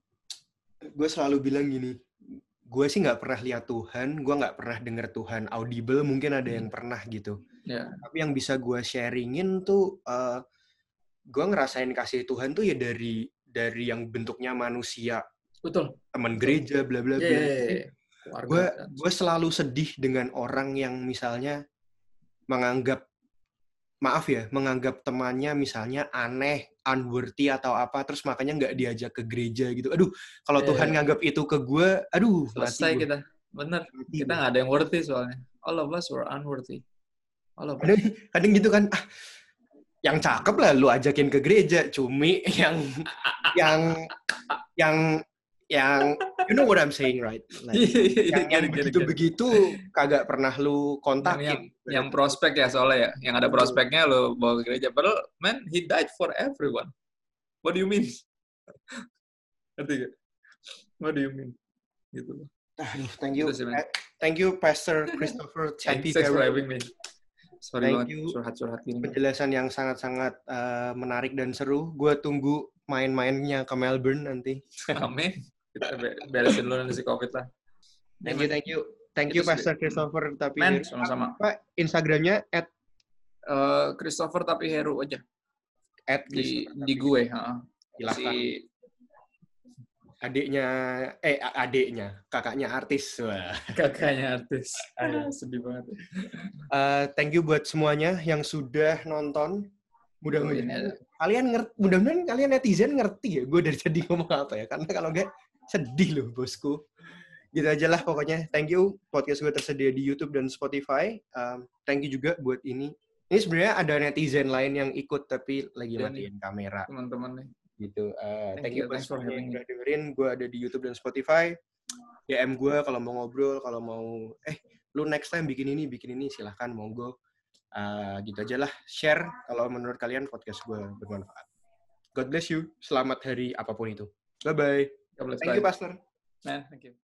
gue selalu bilang gini, gue sih nggak pernah lihat Tuhan, gue nggak pernah dengar Tuhan audible, mungkin ada yang pernah gitu. Ya. Tapi yang bisa gue sharingin tuh, uh, gue ngerasain kasih Tuhan tuh ya dari dari yang bentuknya manusia. Betul. Teman gereja, bla bla bla. Gue gue selalu sedih dengan orang yang misalnya menganggap, maaf ya, menganggap temannya misalnya aneh, unworthy atau apa, terus makanya nggak diajak ke gereja gitu. Aduh, kalau yeah. Tuhan nganggap itu ke gue, aduh, selesai mati kita. Bener, mati kita nggak ada yang worthy soalnya. All of us were unworthy. All of us. Kadang, kadang gitu kan, ah, yang cakep lah lu ajakin ke gereja, cumi yang yang yang yang you know what I'm saying, right? Like, yang yang begitu-begitu kagak pernah lu kontakin. Yang, yang prospek ya soalnya ya, yang ada prospeknya lu bawa ke gereja. Padahal, man, he died for everyone. What do you mean? Ngerti gak? What do you mean? Gitu. Aduh, thank you, gitu sih, thank you, Pastor Christopher. Thanks for having me. Sorry thank banget, you. Curhat-curhat gini. Penjelasan yang sangat-sangat uh, menarik dan seru. Gue tunggu main-mainnya ke Melbourne nanti. Amin. Kita beresin dulu nanti si COVID lah. Thank you, thank you. Thank you, Pastor Christopher. Tapi Man, sama-sama. Pak, Instagramnya at Eh, Christopher tapi Heru aja At di Christopher di gue. Ha. Silahkan. Si Adiknya, eh adiknya, kakaknya artis. Wah. kakaknya artis. Sedih banget. Uh, thank you buat semuanya yang sudah nonton. Mudah-mudahan kalian ngerti, mudah-mudahan kalian netizen ngerti ya gue dari tadi ngomong apa ya. Karena kalau enggak sedih loh bosku. Gitu aja lah pokoknya. Thank you. Podcast gue tersedia di YouTube dan Spotify. Um, thank you juga buat ini. Ini sebenarnya ada netizen lain yang ikut tapi lagi Ya, matiin kamera. teman-teman nih. Gitu. Uh, thank, Thank you you, buat thanks for semuanya yang having udah dengerin. Gue ada di YouTube dan Spotify. D M gue kalau mau ngobrol, kalau mau eh lu next time bikin ini, bikin ini silahkan monggo. Uh, gitu aja lah. Share kalau menurut kalian podcast gue bermanfaat. God bless you. Selamat hari apapun itu. Bye bye. God bless, Thank you bye. Pastor. Man, thank you.